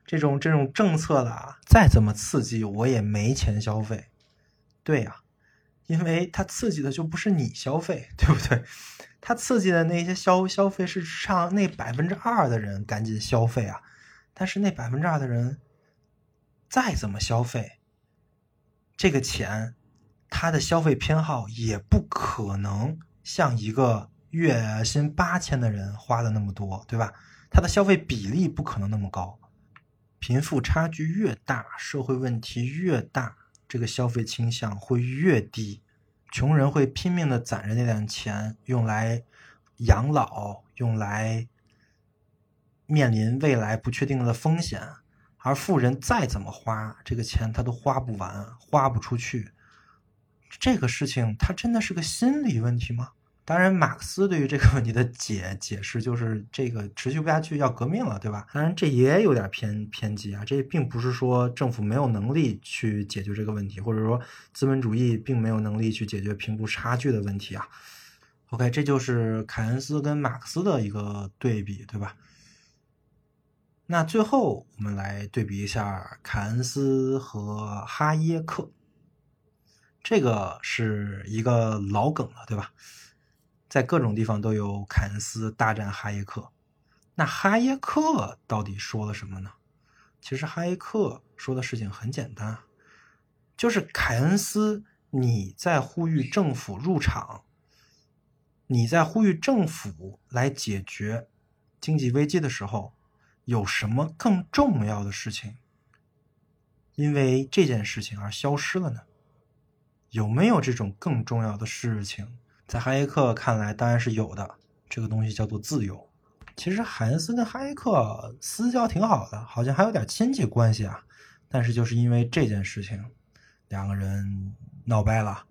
这种这种政策啦，再怎么刺激我也没钱消费。对呀、啊，因为它刺激的就不是你消费，对不对？它刺激的那些消消费是让那百分之二的人赶紧消费啊，但是那百分之二的人再怎么消费，这个钱他的消费偏好也不可能像一个月薪八千的人花的那么多，对吧？他的消费比例不可能那么高。贫富差距越大，社会问题越大，这个消费倾向会越低。穷人会拼命的攒着那点钱，用来养老，用来面临未来不确定的风险，而富人再怎么花，这个钱他都花不完，花不出去。这个事情它真的是个心理问题吗？当然马克思对于这个问题的解解释就是这个持续不下去要革命了，对吧？当然这也有点偏偏激啊，这并不是说政府没有能力去解决这个问题，或者说资本主义并没有能力去解决贫富差距的问题啊。OK， 这就是凯恩斯跟马克思的一个对比，对吧？那最后我们来对比一下凯恩斯和哈耶克，这个是一个老梗了，对吧？在各种地方都有凯恩斯大战哈耶克。那哈耶克到底说了什么呢？其实哈耶克说的事情很简单，就是凯恩斯你在呼吁政府入场，你在呼吁政府来解决经济危机的时候，有什么更重要的事情因为这件事情而消失了呢？有没有这种更重要的事情？在哈耶克看来当然是有的，这个东西叫做自由。其实海恩斯跟哈耶克私交挺好的，好像还有点亲戚关系啊，但是就是因为这件事情两个人闹掰了。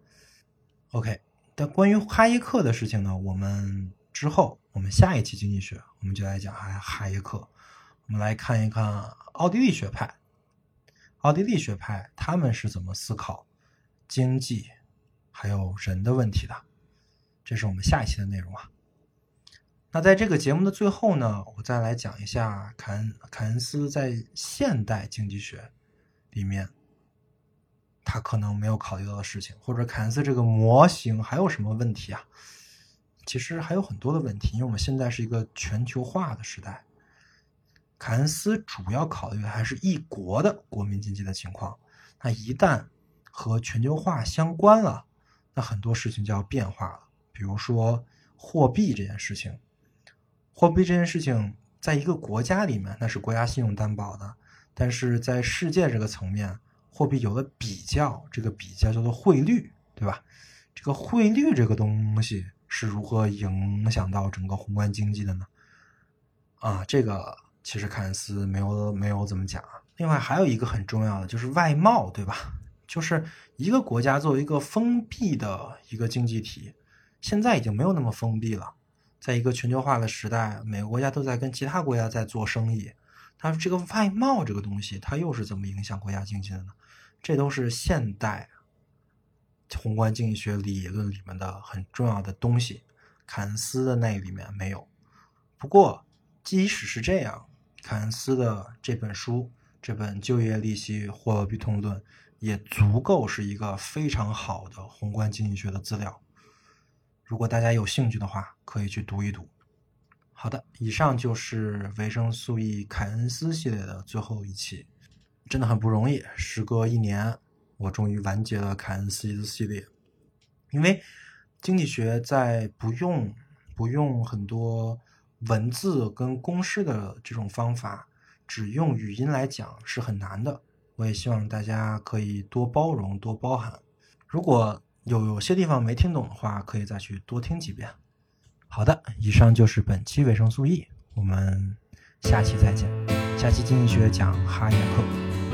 OK， 但关于哈耶克的事情呢，我们之后我们下一期经济学我们就来讲哈耶克。我们来看一看奥地利学派，奥地利学派他们是怎么思考经济还有人的问题的，这是我们下一期的内容啊。那在这个节目的最后呢，我再来讲一下凯恩凯恩斯在现代经济学里面他可能没有考虑到的事情，或者凯恩斯这个模型还有什么问题啊？其实还有很多的问题，因为我们现在是一个全球化的时代，凯恩斯主要考虑的还是一国的国民经济的情况，那一旦和全球化相关了，那很多事情就要变化了。比如说货币这件事情，货币这件事情在一个国家里面那是国家信用担保的，但是在世界这个层面，货币有了比较，这个比较叫做汇率，对吧？这个汇率这个东西是如何影响到整个宏观经济的呢？啊，这个其实凯恩斯没有没有怎么讲。另外还有一个很重要的就是外贸，对吧？就是一个国家作为一个封闭的一个经济体，现在已经没有那么封闭了，在一个全球化的时代，每个国家都在跟其他国家在做生意，但是这个外贸这个东西它又是怎么影响国家经济的呢？这都是现代宏观经济学理论里面的很重要的东西，凯恩斯的那里面没有。不过即使是这样，凯恩斯的这本书，这本就业利息货币通论也足够是一个非常好的宏观经济学的资料，如果大家有兴趣的话可以去读一读。好的，以上就是维生素 E 凯恩斯系列的最后一期，真的很不容易，时隔一年我终于完结了凯恩斯系列。因为经济学在不用不用很多文字跟公式的这种方法，只用语音来讲是很难的，我也希望大家可以多包容多包涵，如果有有些地方没听懂的话可以再去多听几遍。好的，以上就是本期维生素 E， 我们下期再见。下期经济学讲哈耶克。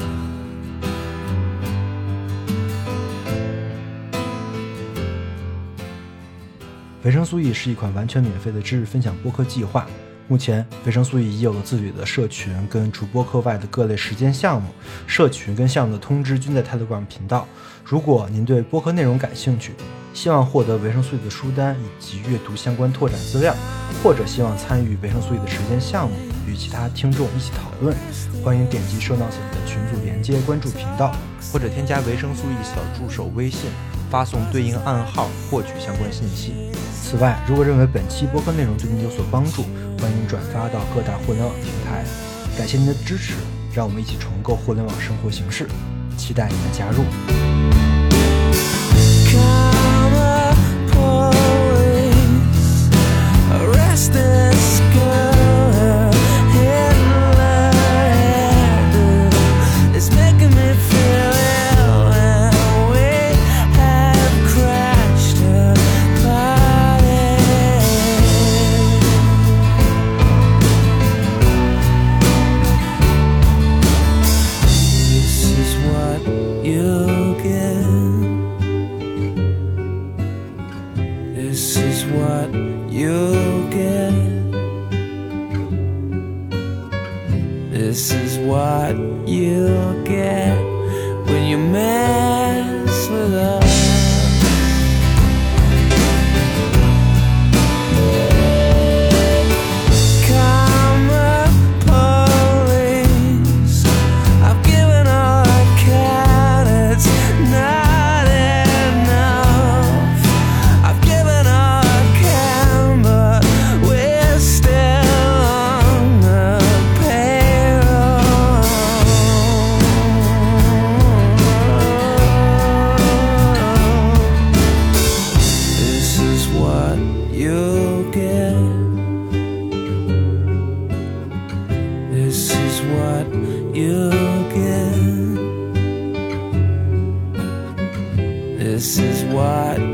维生素 E 是一款完全免费的知识分享播客计划，目前维生素 E 已有了自己的社群跟除播客外的各类实践项目，社群跟项目的通知均在 Telegram 频道。如果您对播客内容感兴趣，希望获得维生素 E 的书单以及阅读相关拓展资料，或者希望参与维生素 E 的实践项目，比与其他听众一起讨论。欢迎点击show notes里的群组连接关注频道，或者添加维生素 E 小助手微信，发送对应暗号获取相关信息。此外，如果认为本期播客内容对您有所帮助，欢迎转发到各大互联网平台。感谢您的支持，让我们一起重构互联网生活形式，期待您的加入。 This is what you get when you mess with us. Karma police, I've given all I can, it's not enough. I've given all I can, but we're still on the This is what you get. This is what